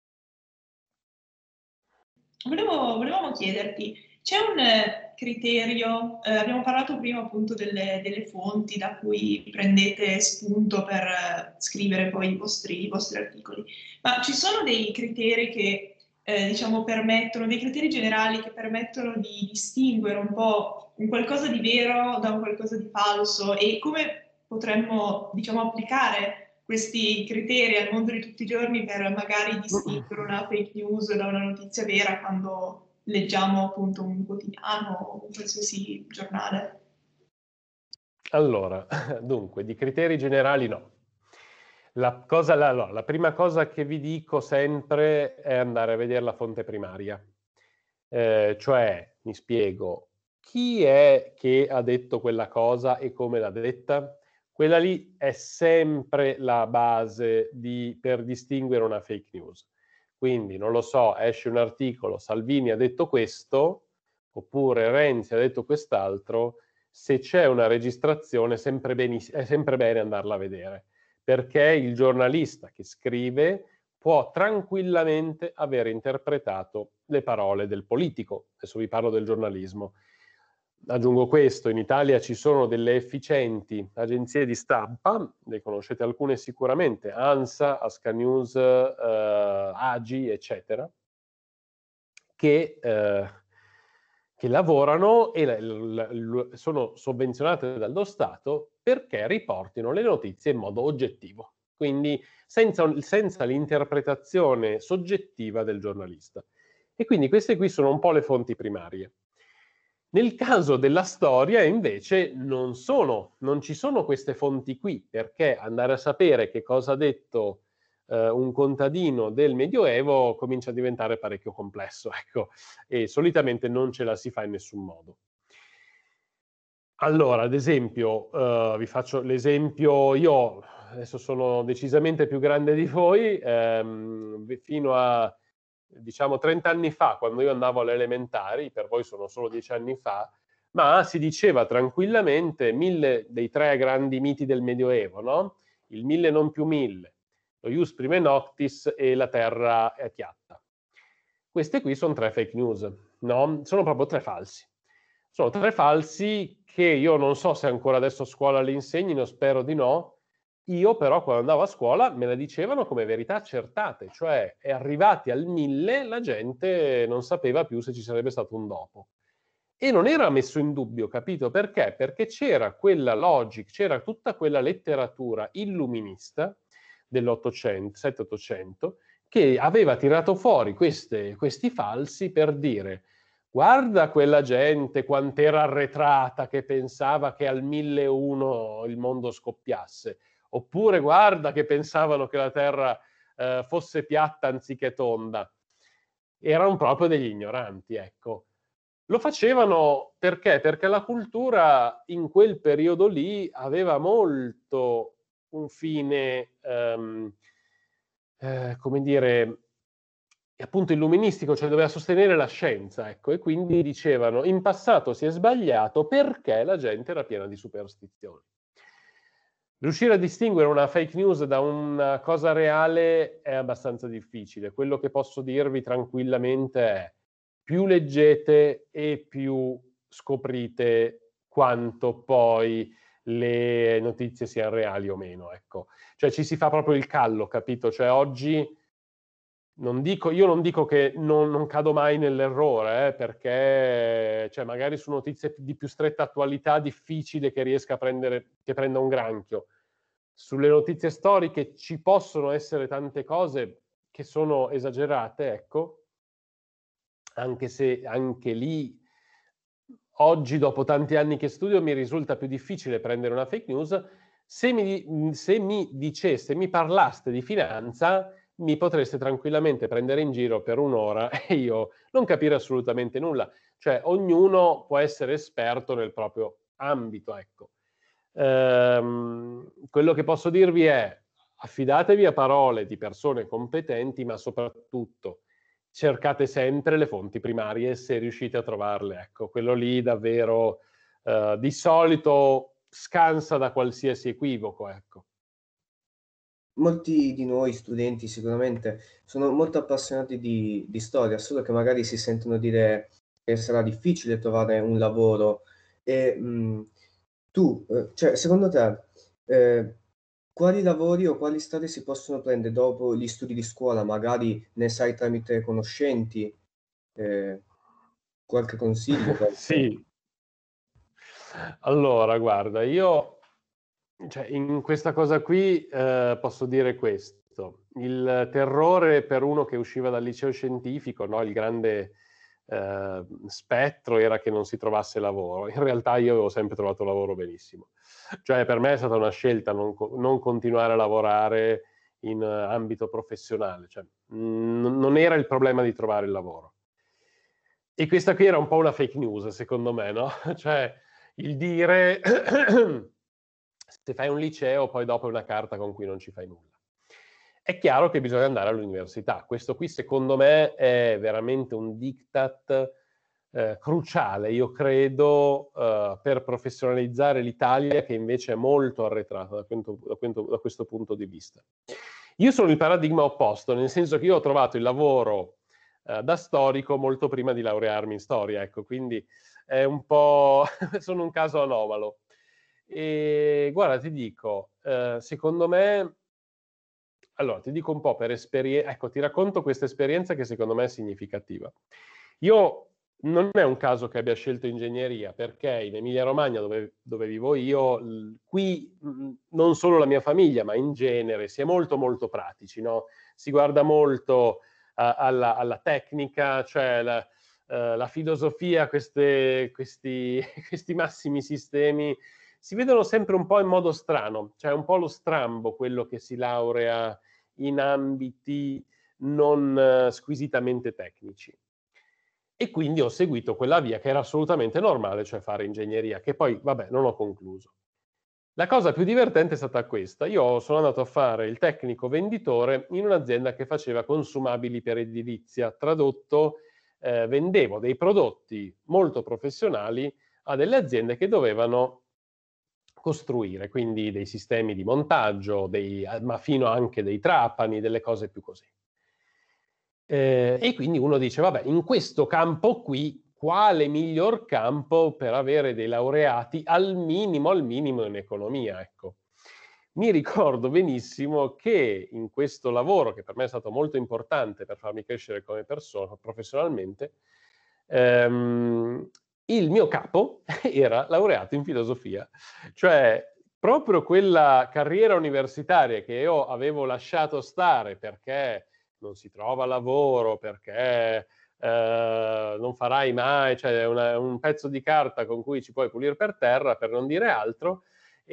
Volevo, volevamo chiederti, c'è un eh, criterio, eh, abbiamo parlato prima appunto delle, delle fonti da cui prendete spunto per eh, scrivere poi i vostri, i vostri articoli, ma ci sono dei criteri che eh, diciamo permettono, dei criteri generali che permettono di distinguere un po' un qualcosa di vero da un qualcosa di falso, e come potremmo diciamo applicare questi criteri al mondo di tutti i giorni per magari distinguere una fake news da una notizia vera quando leggiamo appunto un quotidiano o un qualsiasi giornale? Allora, dunque, di criteri generali no. La, cosa, la, no, la prima cosa che vi dico sempre è andare a vedere la fonte primaria. Eh, cioè, mi spiego, chi è che ha detto quella cosa e come l'ha detta? Quella lì è sempre la base di, per distinguere una fake news. Quindi, non lo so, esce un articolo, Salvini ha detto questo, oppure Renzi ha detto quest'altro, se c'è una registrazione sempre beniss- è sempre bene andarla a vedere, perché il giornalista che scrive può tranquillamente aver interpretato le parole del politico. Adesso vi parlo del giornalismo. Aggiungo questo, in Italia ci sono delle efficienti agenzie di stampa, ne conoscete alcune sicuramente, ANSA, Asca News, eh, Agi, eccetera, che, eh, che lavorano e la, la, la, sono sovvenzionate dallo Stato perché riportino le notizie in modo oggettivo, quindi senza, senza l'interpretazione soggettiva del giornalista. E quindi queste qui sono un po' le fonti primarie. Nel caso della storia, invece, non sono, non ci sono queste fonti qui, perché andare a sapere che cosa ha detto eh, un contadino del Medioevo comincia a diventare parecchio complesso, ecco, e solitamente non ce la si fa in nessun modo. Allora, ad esempio, eh, vi faccio l'esempio, io adesso sono decisamente più grande di voi, ehm, fino a diciamo trenta anni fa, quando io andavo alle elementari, per voi sono solo dieci anni fa, ma si diceva tranquillamente mille dei tre grandi miti del Medioevo, no? Il mille non più mille, lo ius prime noctis e la terra è piatta. Queste qui sono tre fake news, no? Sono proprio tre falsi. Sono tre falsi che io non so se ancora adesso a scuola le insegnino, spero di no. Io però quando andavo a scuola me la dicevano come verità accertate, cioè è arrivati al mille, la gente non sapeva più se ci sarebbe stato un dopo. E non era messo in dubbio, capito? Perché? Perché c'era quella logic, c'era tutta quella letteratura illuminista dell'Ottocento, sette ottocento, che aveva tirato fuori queste, questi falsi per dire guarda quella gente quant'era arretrata che pensava che al mille e uno il mondo scoppiasse. Oppure guarda che pensavano che la Terra eh, fosse piatta anziché tonda. Erano proprio degli ignoranti, ecco. Lo facevano perché? Perché la cultura in quel periodo lì aveva molto un fine, ehm, eh, come dire, appunto illuministico, cioè doveva sostenere la scienza, ecco, e quindi dicevano in passato si è sbagliato perché la gente era piena di superstizioni. Riuscire a distinguere una fake news da una cosa reale è abbastanza difficile. Quello che posso dirvi tranquillamente è più leggete e più scoprite quanto poi le notizie siano reali o meno, ecco. Cioè ci si fa proprio il callo, capito? Cioè oggi non dico, io non dico che non, non cado mai nell'errore, eh, perché cioè, magari su notizie di più stretta attualità è difficile che riesca a prendere, che prenda un granchio. Sulle notizie storiche ci possono essere tante cose che sono esagerate, ecco, anche se anche lì oggi, dopo tanti anni che studio, mi risulta più difficile prendere una fake news. Se mi, se mi diceste, mi parlaste di finanza, mi potreste tranquillamente prendere in giro per un'ora e io non capire assolutamente nulla. Cioè, ognuno può essere esperto nel proprio ambito, ecco. Ehm, quello che posso dirvi è affidatevi a parole di persone competenti, ma soprattutto cercate sempre le fonti primarie se riuscite a trovarle. Ecco, quello lì davvero eh, di solito scansa da qualsiasi equivoco, ecco. Molti di noi studenti sicuramente sono molto appassionati di, di storia, solo che magari si sentono dire che sarà difficile trovare un lavoro. E mh, tu, eh, cioè, secondo te, eh, quali lavori o quali strade si possono prendere dopo gli studi di scuola? Magari ne sai tramite conoscenti, eh, qualche consiglio? Qualche... Sì. Allora, guarda, io cioè, in questa cosa qui eh, posso dire questo. Il terrore per uno che usciva dal liceo scientifico, no? Il grande eh, spettro era che non si trovasse lavoro. In realtà io avevo sempre trovato lavoro benissimo. Cioè per me è stata una scelta non, non continuare a lavorare in uh, ambito professionale. Cioè, mh, non era il problema di trovare il lavoro. E questa qui era un po' una fake news, secondo me, no? Cioè il dire se fai un liceo poi dopo è una carta con cui non ci fai nulla. È chiaro che bisogna andare all'università. Questo qui secondo me è veramente un diktat eh, cruciale, io credo, eh, per professionalizzare l'Italia, che invece è molto arretrata da questo, da questo, da questo punto di vista. Io sono il paradigma opposto, nel senso che io ho trovato il lavoro eh, da storico molto prima di laurearmi in storia, ecco, quindi è un po' sono un caso anomalo. E guarda, ti dico, eh, secondo me, allora ti dico un po' per esperienza, ecco, ti racconto questa esperienza che secondo me è significativa. Io non è un caso che abbia scelto ingegneria, perché in Emilia-Romagna, dove, dove vivo io, l- qui mh, non solo la mia famiglia, ma in genere si è molto molto pratici, no? Si guarda molto uh, alla, alla tecnica, cioè la, uh, la filosofia, queste, questi, questi massimi sistemi si vedono sempre un po' in modo strano, cioè un po' lo strambo quello che si laurea in ambiti non uh, squisitamente tecnici. E quindi ho seguito quella via che era assolutamente normale, cioè fare ingegneria, che poi, vabbè, non ho concluso. La cosa più divertente è stata questa. Io sono andato a fare il tecnico venditore in un'azienda che faceva consumabili per edilizia. Tradotto, eh, vendevo dei prodotti molto professionali a delle aziende che dovevano costruire, quindi dei sistemi di montaggio, dei, ma fino anche dei trapani, delle cose più così. Eh, e quindi uno dice, vabbè, in questo campo qui, quale miglior campo per avere dei laureati al minimo, al minimo in economia, ecco. Mi ricordo benissimo che in questo lavoro, che per me è stato molto importante per farmi crescere come persona, professionalmente, ehm, il mio capo era laureato in filosofia. Cioè, proprio quella carriera universitaria che io avevo lasciato stare perché non si trova lavoro, perché eh, non farai mai, cioè una, un pezzo di carta con cui ci puoi pulire per terra, per non dire altro,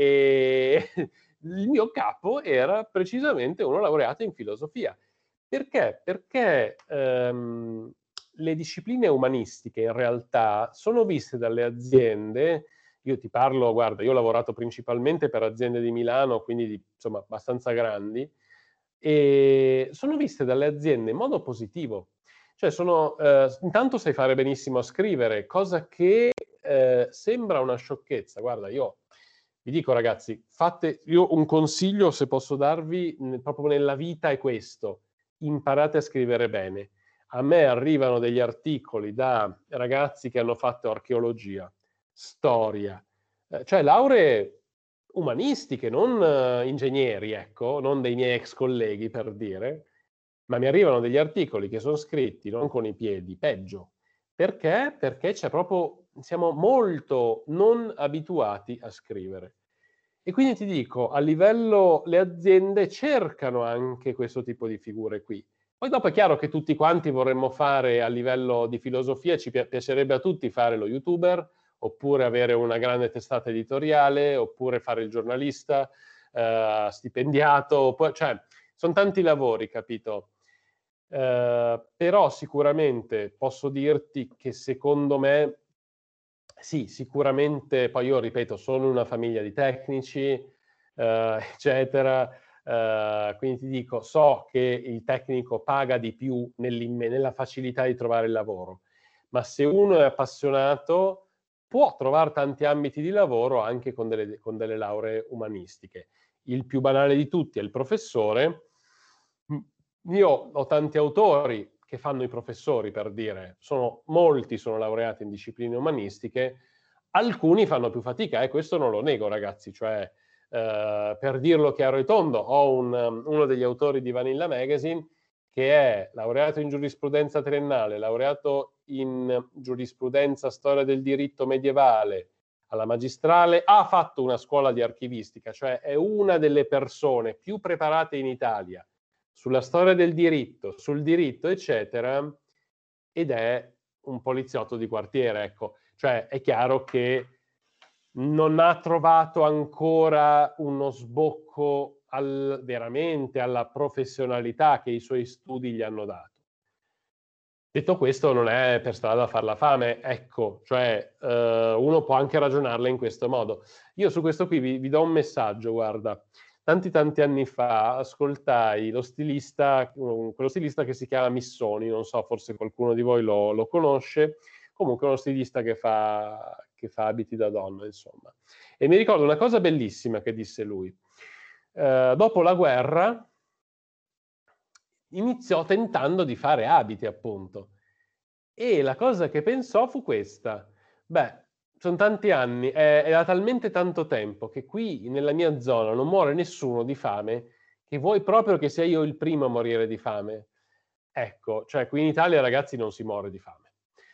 e il mio capo era precisamente uno laureato in filosofia. Perché? Perché ehm, le discipline umanistiche in realtà sono viste dalle aziende, io ti parlo, guarda, io ho lavorato principalmente per aziende di Milano, quindi di, insomma abbastanza grandi, e sono viste dalle aziende in modo positivo. Cioè sono, eh, intanto sai fare benissimo a scrivere, cosa che eh, sembra una sciocchezza. Guarda, io vi dico ragazzi, fate, io un consiglio se posso darvi mh, proprio nella vita è questo: imparate a scrivere bene. A me arrivano degli articoli da ragazzi che hanno fatto archeologia, storia, eh, cioè lauree umanistiche, non uh, ingegneri, ecco, non dei miei ex colleghi per dire, ma mi arrivano degli articoli che sono scritti non con i piedi, peggio. Perché? Perché c'è proprio, siamo molto non abituati a scrivere. E quindi ti dico, a livello, le aziende cercano anche questo tipo di figure qui. Poi dopo è chiaro che tutti quanti vorremmo fare a livello di filosofia, ci pi- piacerebbe a tutti fare lo youtuber, oppure avere una grande testata editoriale, oppure fare il giornalista eh, stipendiato, oppure, cioè sono tanti lavori, capito? Eh, però sicuramente posso dirti che secondo me, sì, sicuramente, poi io ripeto, sono una famiglia di tecnici, eh, eccetera, eh, quindi ti dico, so che il tecnico paga di più nella facilità di trovare il lavoro, ma se uno è appassionato può trovare tanti ambiti di lavoro anche con delle, con delle lauree umanistiche. Il più banale di tutti è il professore. Io ho tanti autori che fanno i professori, per dire, sono, molti sono laureati in discipline umanistiche, alcuni fanno più fatica, e questo non lo nego, ragazzi, cioè, eh, per dirlo chiaro e tondo, ho un, uno degli autori di Vanilla Magazine che è laureato in giurisprudenza triennale, laureato in giurisprudenza storia del diritto medievale alla magistrale, ha fatto una scuola di archivistica, cioè è una delle persone più preparate in Italia sulla storia del diritto, sul diritto, eccetera, ed è un poliziotto di quartiere, ecco. Cioè è chiaro che non ha trovato ancora uno sbocco al, veramente alla professionalità che i suoi studi gli hanno dato. Detto questo, non è per strada a far la fame, ecco, cioè eh, uno può anche ragionarla in questo modo. Io su questo qui vi, vi do un messaggio, guarda. Tanti tanti anni fa ascoltai lo stilista, quello stilista che si chiama Missoni, non so, forse qualcuno di voi lo, lo conosce, comunque uno stilista che fa, che fa abiti da donna, insomma. E mi ricordo una cosa bellissima che disse lui. Eh, dopo la guerra iniziò tentando di fare abiti, appunto. E la cosa che pensò fu questa. Beh, sono tanti anni, è, è da talmente tanto tempo che qui nella mia zona non muore nessuno di fame, che vuoi proprio che sia io il primo a morire di fame? Ecco, cioè qui in Italia, ragazzi, non si muore di fame.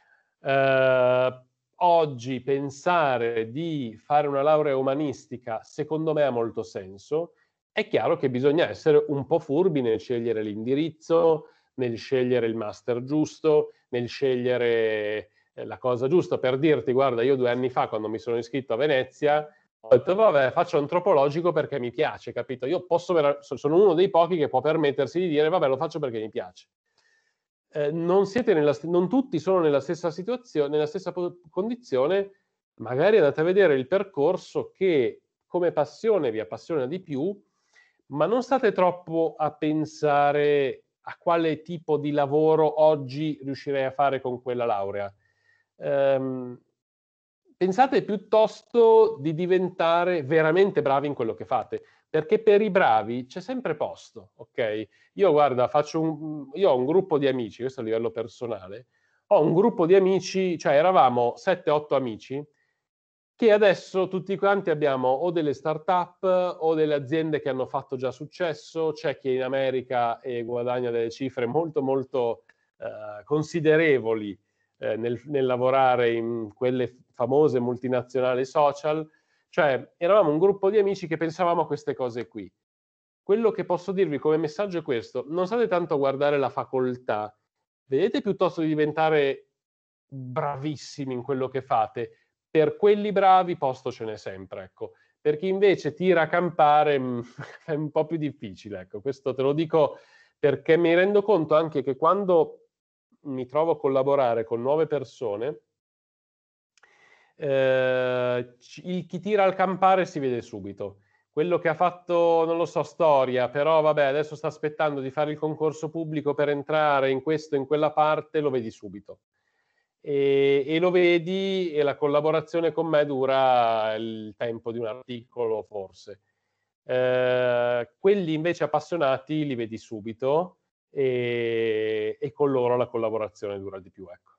Eh, oggi pensare di fare una laurea umanistica, secondo me ha molto senso. È chiaro che bisogna essere un po' furbi nel scegliere l'indirizzo, nel scegliere il master giusto, nel scegliere eh, la cosa giusta. Per dirti, guarda, io due anni fa, quando mi sono iscritto a Venezia, ho detto, vabbè, faccio antropologico perché mi piace, capito? Io posso, vera- sono uno dei pochi che può permettersi di dire, vabbè, lo faccio perché mi piace. Eh, non siete nella, non tutti sono nella stessa situazione, nella stessa condizione, magari andate a vedere il percorso che come passione vi appassiona di più, ma non state troppo a pensare a quale tipo di lavoro oggi riuscirei a fare con quella laurea. Ehm, pensate piuttosto di diventare veramente bravi in quello che fate, perché per i bravi c'è sempre posto, ok? Io, guarda, faccio un, io ho un gruppo di amici, questo a livello personale, ho un gruppo di amici, cioè eravamo sette otto amici, che adesso tutti quanti abbiamo o delle start-up o delle aziende che hanno fatto già successo, c'è chi è in America e guadagna delle cifre molto molto eh, considerevoli eh, nel, nel lavorare in quelle famose multinazionali social, cioè eravamo un gruppo di amici che pensavamo a queste cose qui. Quello che posso dirvi come messaggio è questo: non state tanto a guardare la facoltà, vedete piuttosto di diventare bravissimi in quello che fate. Per quelli bravi posto ce n'è sempre, ecco. Per chi invece tira a campare mh, è un po' più difficile, ecco. Questo te lo dico perché mi rendo conto anche che quando mi trovo a collaborare con nuove persone, eh, il chi tira al campare si vede subito. Quello che ha fatto, non lo so, storia, però vabbè, adesso sta aspettando di fare il concorso pubblico per entrare in questo, in quella parte, lo vedi subito. E, e lo vedi, e la collaborazione con me dura il tempo di un articolo, forse. Eh, quelli invece appassionati li vedi subito e, e con loro la collaborazione dura di più, ecco.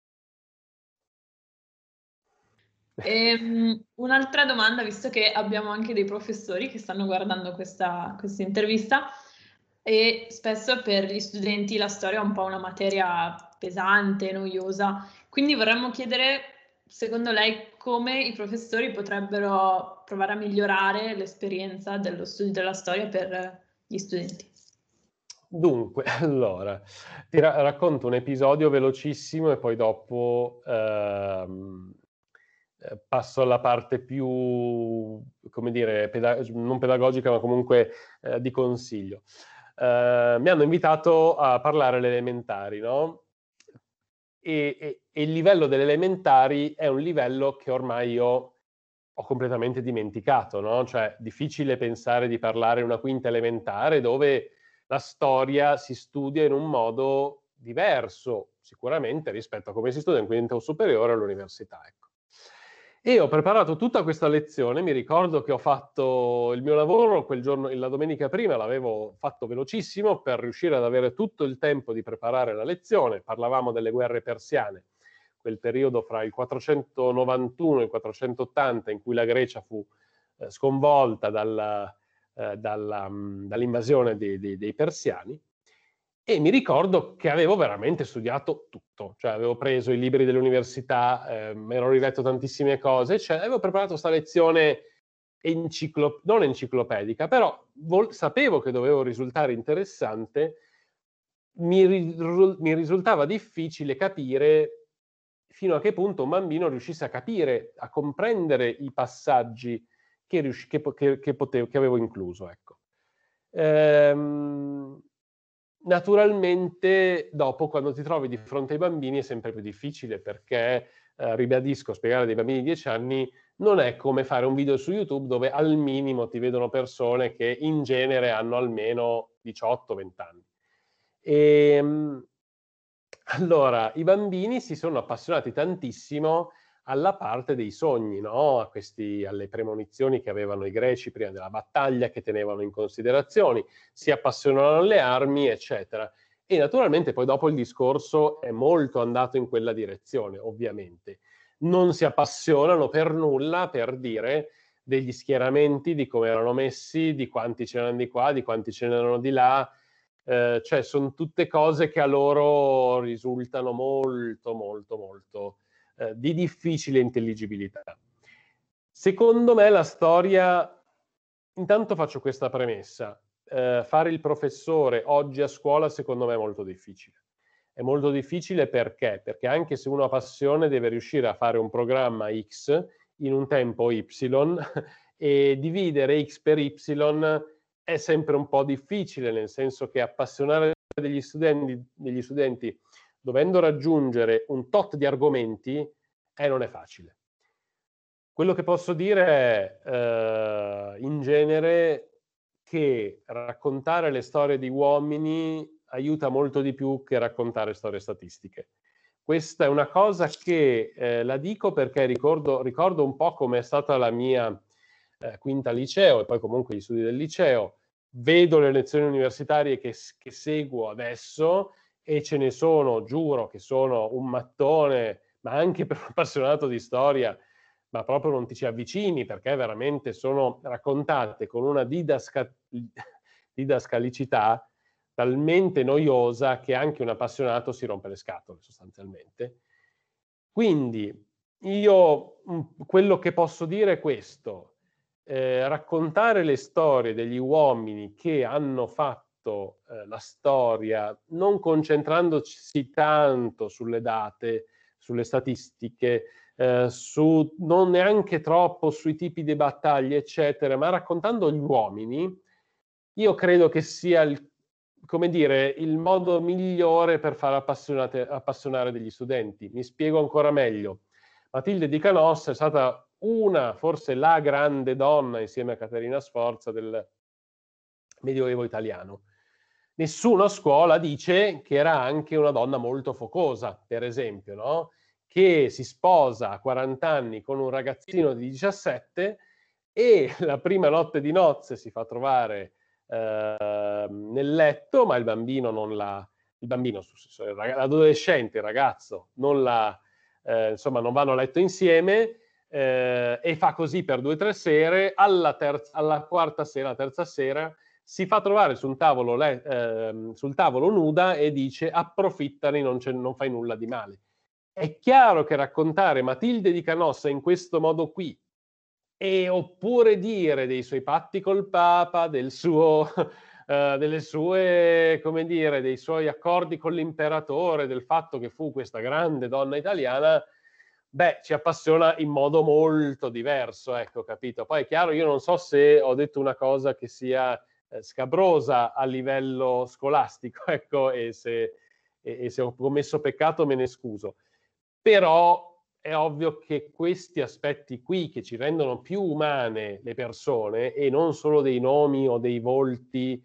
Ehm, un'altra domanda, visto che abbiamo anche dei professori che stanno guardando questa, questa intervista, e spesso per gli studenti la storia è un po' una materia pesante, noiosa, quindi vorremmo chiedere, secondo lei, come i professori potrebbero provare a migliorare l'esperienza dello studio della storia per gli studenti? Dunque, allora, ti ra- racconto un episodio velocissimo e poi dopo ehm, eh, passo alla parte più, come dire, peda- non pedagogica, ma comunque eh, di consiglio. Eh, mi hanno invitato a parlare alle elementari, no? E, e- e il livello delle elementari è un livello che ormai io ho completamente dimenticato, no? Cioè, difficile pensare di parlare in una quinta elementare dove la storia si studia in un modo diverso, sicuramente, rispetto a come si studia in quinta o superiore all'università, ecco. E ho preparato tutta questa lezione, mi ricordo che ho fatto il mio lavoro quel giorno, la domenica prima l'avevo fatto velocissimo per riuscire ad avere tutto il tempo di preparare la lezione. Parlavamo delle guerre persiane, quel periodo fra il quattrocentonovantuno e il quattrocentottanta in cui la Grecia fu eh, sconvolta dalla, eh, dalla, mh, dall'invasione dei, dei, dei persiani. E mi ricordo che avevo veramente studiato tutto, cioè avevo preso i libri dell'università, eh, mi ero riletto tantissime cose, cioè avevo preparato questa lezione enciclo- non enciclopedica, però vol- sapevo che dovevo risultare interessante, mi, ri- mi risultava difficile capire fino a che punto un bambino riuscisse a capire, a comprendere i passaggi che, riusci- che, che, che, potevo, che avevo incluso, ecco. Ehm, naturalmente dopo, quando ti trovi di fronte ai bambini, è sempre più difficile perché, eh, ribadisco, spiegare dei bambini di dieci anni non è come fare un video su YouTube dove al minimo ti vedono persone che in genere hanno almeno diciotto venti anni. E, Allora, i bambini si sono appassionati tantissimo alla parte dei sogni, no? A questi, alle premonizioni che avevano i greci prima della battaglia, che tenevano in considerazione, si appassionano alle armi, eccetera. E naturalmente poi dopo il discorso è molto andato in quella direzione, ovviamente. Non si appassionano per nulla per dire degli schieramenti, di come erano messi, di quanti c'erano di qua, di quanti ce n'erano di là, eh, cioè sono tutte cose che a loro risultano molto, molto, molto eh, di difficile intelligibilità. Secondo me la storia, intanto faccio questa premessa, eh, fare il professore oggi a scuola secondo me è molto difficile. È molto difficile perché? Perché anche se uno ha passione deve riuscire a fare un programma X in un tempo Y e dividere X per Y è sempre un po' difficile, nel senso che appassionare degli studenti, degli studenti dovendo raggiungere un tot di argomenti eh, non è facile. Quello che posso dire è, eh, in genere, che raccontare le storie di uomini aiuta molto di più che raccontare storie statistiche. Questa è una cosa che eh, la dico perché ricordo, ricordo un po' come è stata la mia eh, quinta liceo e poi comunque gli studi del liceo. Vedo le lezioni universitarie che, che seguo adesso e ce ne sono, giuro, che sono un mattone, ma anche per un appassionato di storia, ma proprio non ti ci avvicini perché veramente sono raccontate con una didasca didascalicità talmente noiosa che anche un appassionato si rompe le scatole sostanzialmente. Quindi io quello che posso dire è questo, eh, raccontare le storie degli uomini che hanno fatto eh, la storia, non concentrandoci tanto sulle date, sulle statistiche, eh, su, non neanche troppo sui tipi di battaglie, eccetera, ma raccontando gli uomini, io credo che sia il, come dire, il modo migliore per far appassionare degli studenti. Mi spiego ancora meglio. Matilde di Canossa è stata una, forse la grande donna, insieme a Caterina Sforza, del Medioevo italiano. Nessuna scuola dice che era anche una donna molto focosa, per esempio, no? Che si sposa a quaranta anni con un ragazzino di diciassette e la prima notte di nozze si fa trovare eh, nel letto, ma il bambino non la... il bambino, l'adolescente, il ragazzo, non la... Eh, insomma, non vanno a letto insieme eh, e fa così per due o tre sere. Alla, terza, alla quarta sera, la terza sera, si fa trovare sul tavolo, eh, sul tavolo nuda e dice approfittane, non, non fai nulla di male. È chiaro che raccontare Matilde di Canossa in questo modo qui, e oppure dire dei suoi patti col Papa, del suo, uh, delle sue, come dire, dei suoi accordi con l'imperatore, del fatto che fu questa grande donna italiana, beh, ci appassiona in modo molto diverso, ecco, capito? Poi è chiaro, io non so se ho detto una cosa che sia eh, scabrosa a livello scolastico, ecco, e se, e, e se ho commesso peccato me ne scuso. Però è ovvio che questi aspetti qui, che ci rendono più umane le persone e non solo dei nomi o dei volti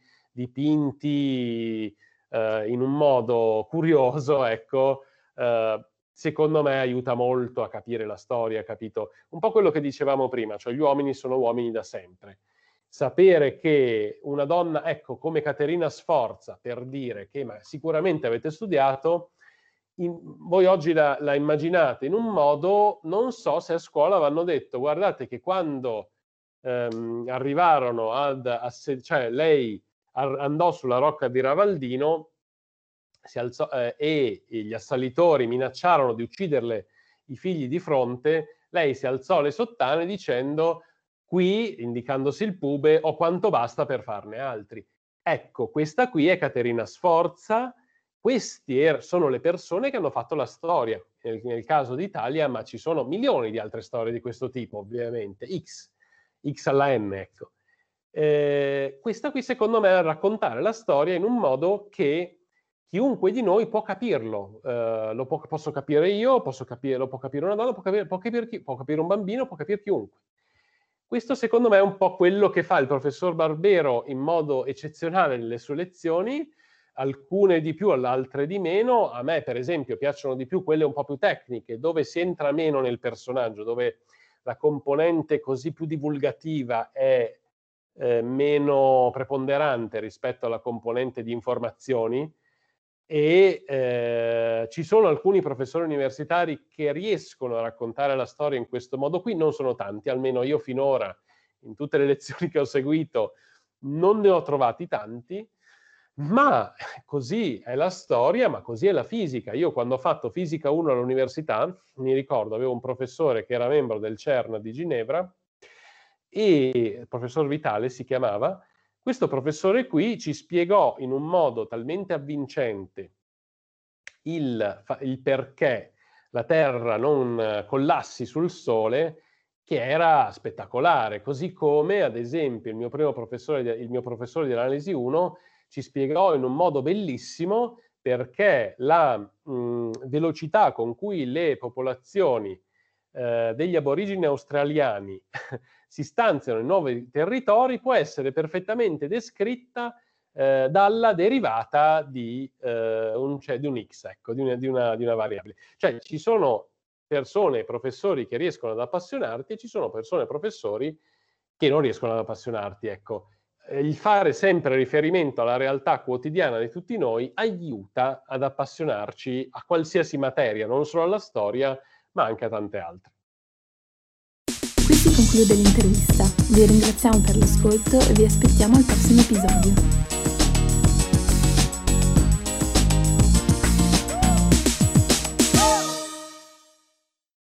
dipinti eh, in un modo curioso, ecco, eh, secondo me aiuta molto a capire la storia, capito? Un po' quello che dicevamo prima, cioè gli uomini sono uomini da sempre. Sapere che una donna, ecco, come Caterina Sforza, per dire che ma sicuramente avete studiato, in, voi oggi la, la immaginate in un modo, non so se a scuola avevano detto, guardate che quando ehm, arrivarono ad, a, cioè lei andò sulla rocca di Ravaldino si alzò, eh, e gli assalitori minacciarono di ucciderle i figli di fronte, lei si alzò le sottane dicendo qui, indicandosi il pube, ho quanto basta per farne altri. Ecco, questa qui è Caterina Sforza. Questi er- sono le persone che hanno fatto la storia, nel, nel caso d'Italia, ma ci sono milioni di altre storie di questo tipo, ovviamente, X, X alla N, ecco. Eh, questa qui secondo me è raccontare la storia in un modo che chiunque di noi può capirlo, eh, lo può, posso capire io, posso capire, lo può capire una donna, può capire, può, capire chi, può capire un bambino, può capire chiunque. Questo secondo me è un po' quello che fa il professor Barbero in modo eccezionale nelle sue lezioni, alcune di più, altre di meno. A me, per esempio, piacciono di più quelle un po' più tecniche, dove si entra meno nel personaggio, dove la componente così più divulgativa è eh, meno preponderante rispetto alla componente di informazioni, e eh, ci sono alcuni professori universitari che riescono a raccontare la storia in questo modo qui, non sono tanti, almeno io finora, in tutte le lezioni che ho seguito, non ne ho trovati tanti, ma così è la storia, ma così è la fisica. Io quando ho fatto fisica uno all'università, mi ricordo, avevo un professore che era membro del CERN di Ginevra, e il professor Vitale si chiamava. Questo professore qui ci spiegò in un modo talmente avvincente il, il perché la Terra non collassi sul Sole, che era spettacolare. Così come, ad esempio, il mio primo professore, il mio professore di analisi uno ci spiegò in un modo bellissimo perché la mh, velocità con cui le popolazioni eh, degli aborigeni australiani si stanziano in nuovi territori può essere perfettamente descritta eh, dalla derivata di, eh, un, cioè, di un x, ecco, di una, di, una, di una variabile. Cioè ci sono persone, professori che riescono ad appassionarti, e ci sono persone, professori che non riescono ad appassionarti, ecco. Il fare sempre riferimento alla realtà quotidiana di tutti noi aiuta ad appassionarci a qualsiasi materia, non solo alla storia, ma anche a tante altre. Qui si conclude l'intervista. Vi ringraziamo per l'ascolto e vi aspettiamo al prossimo episodio.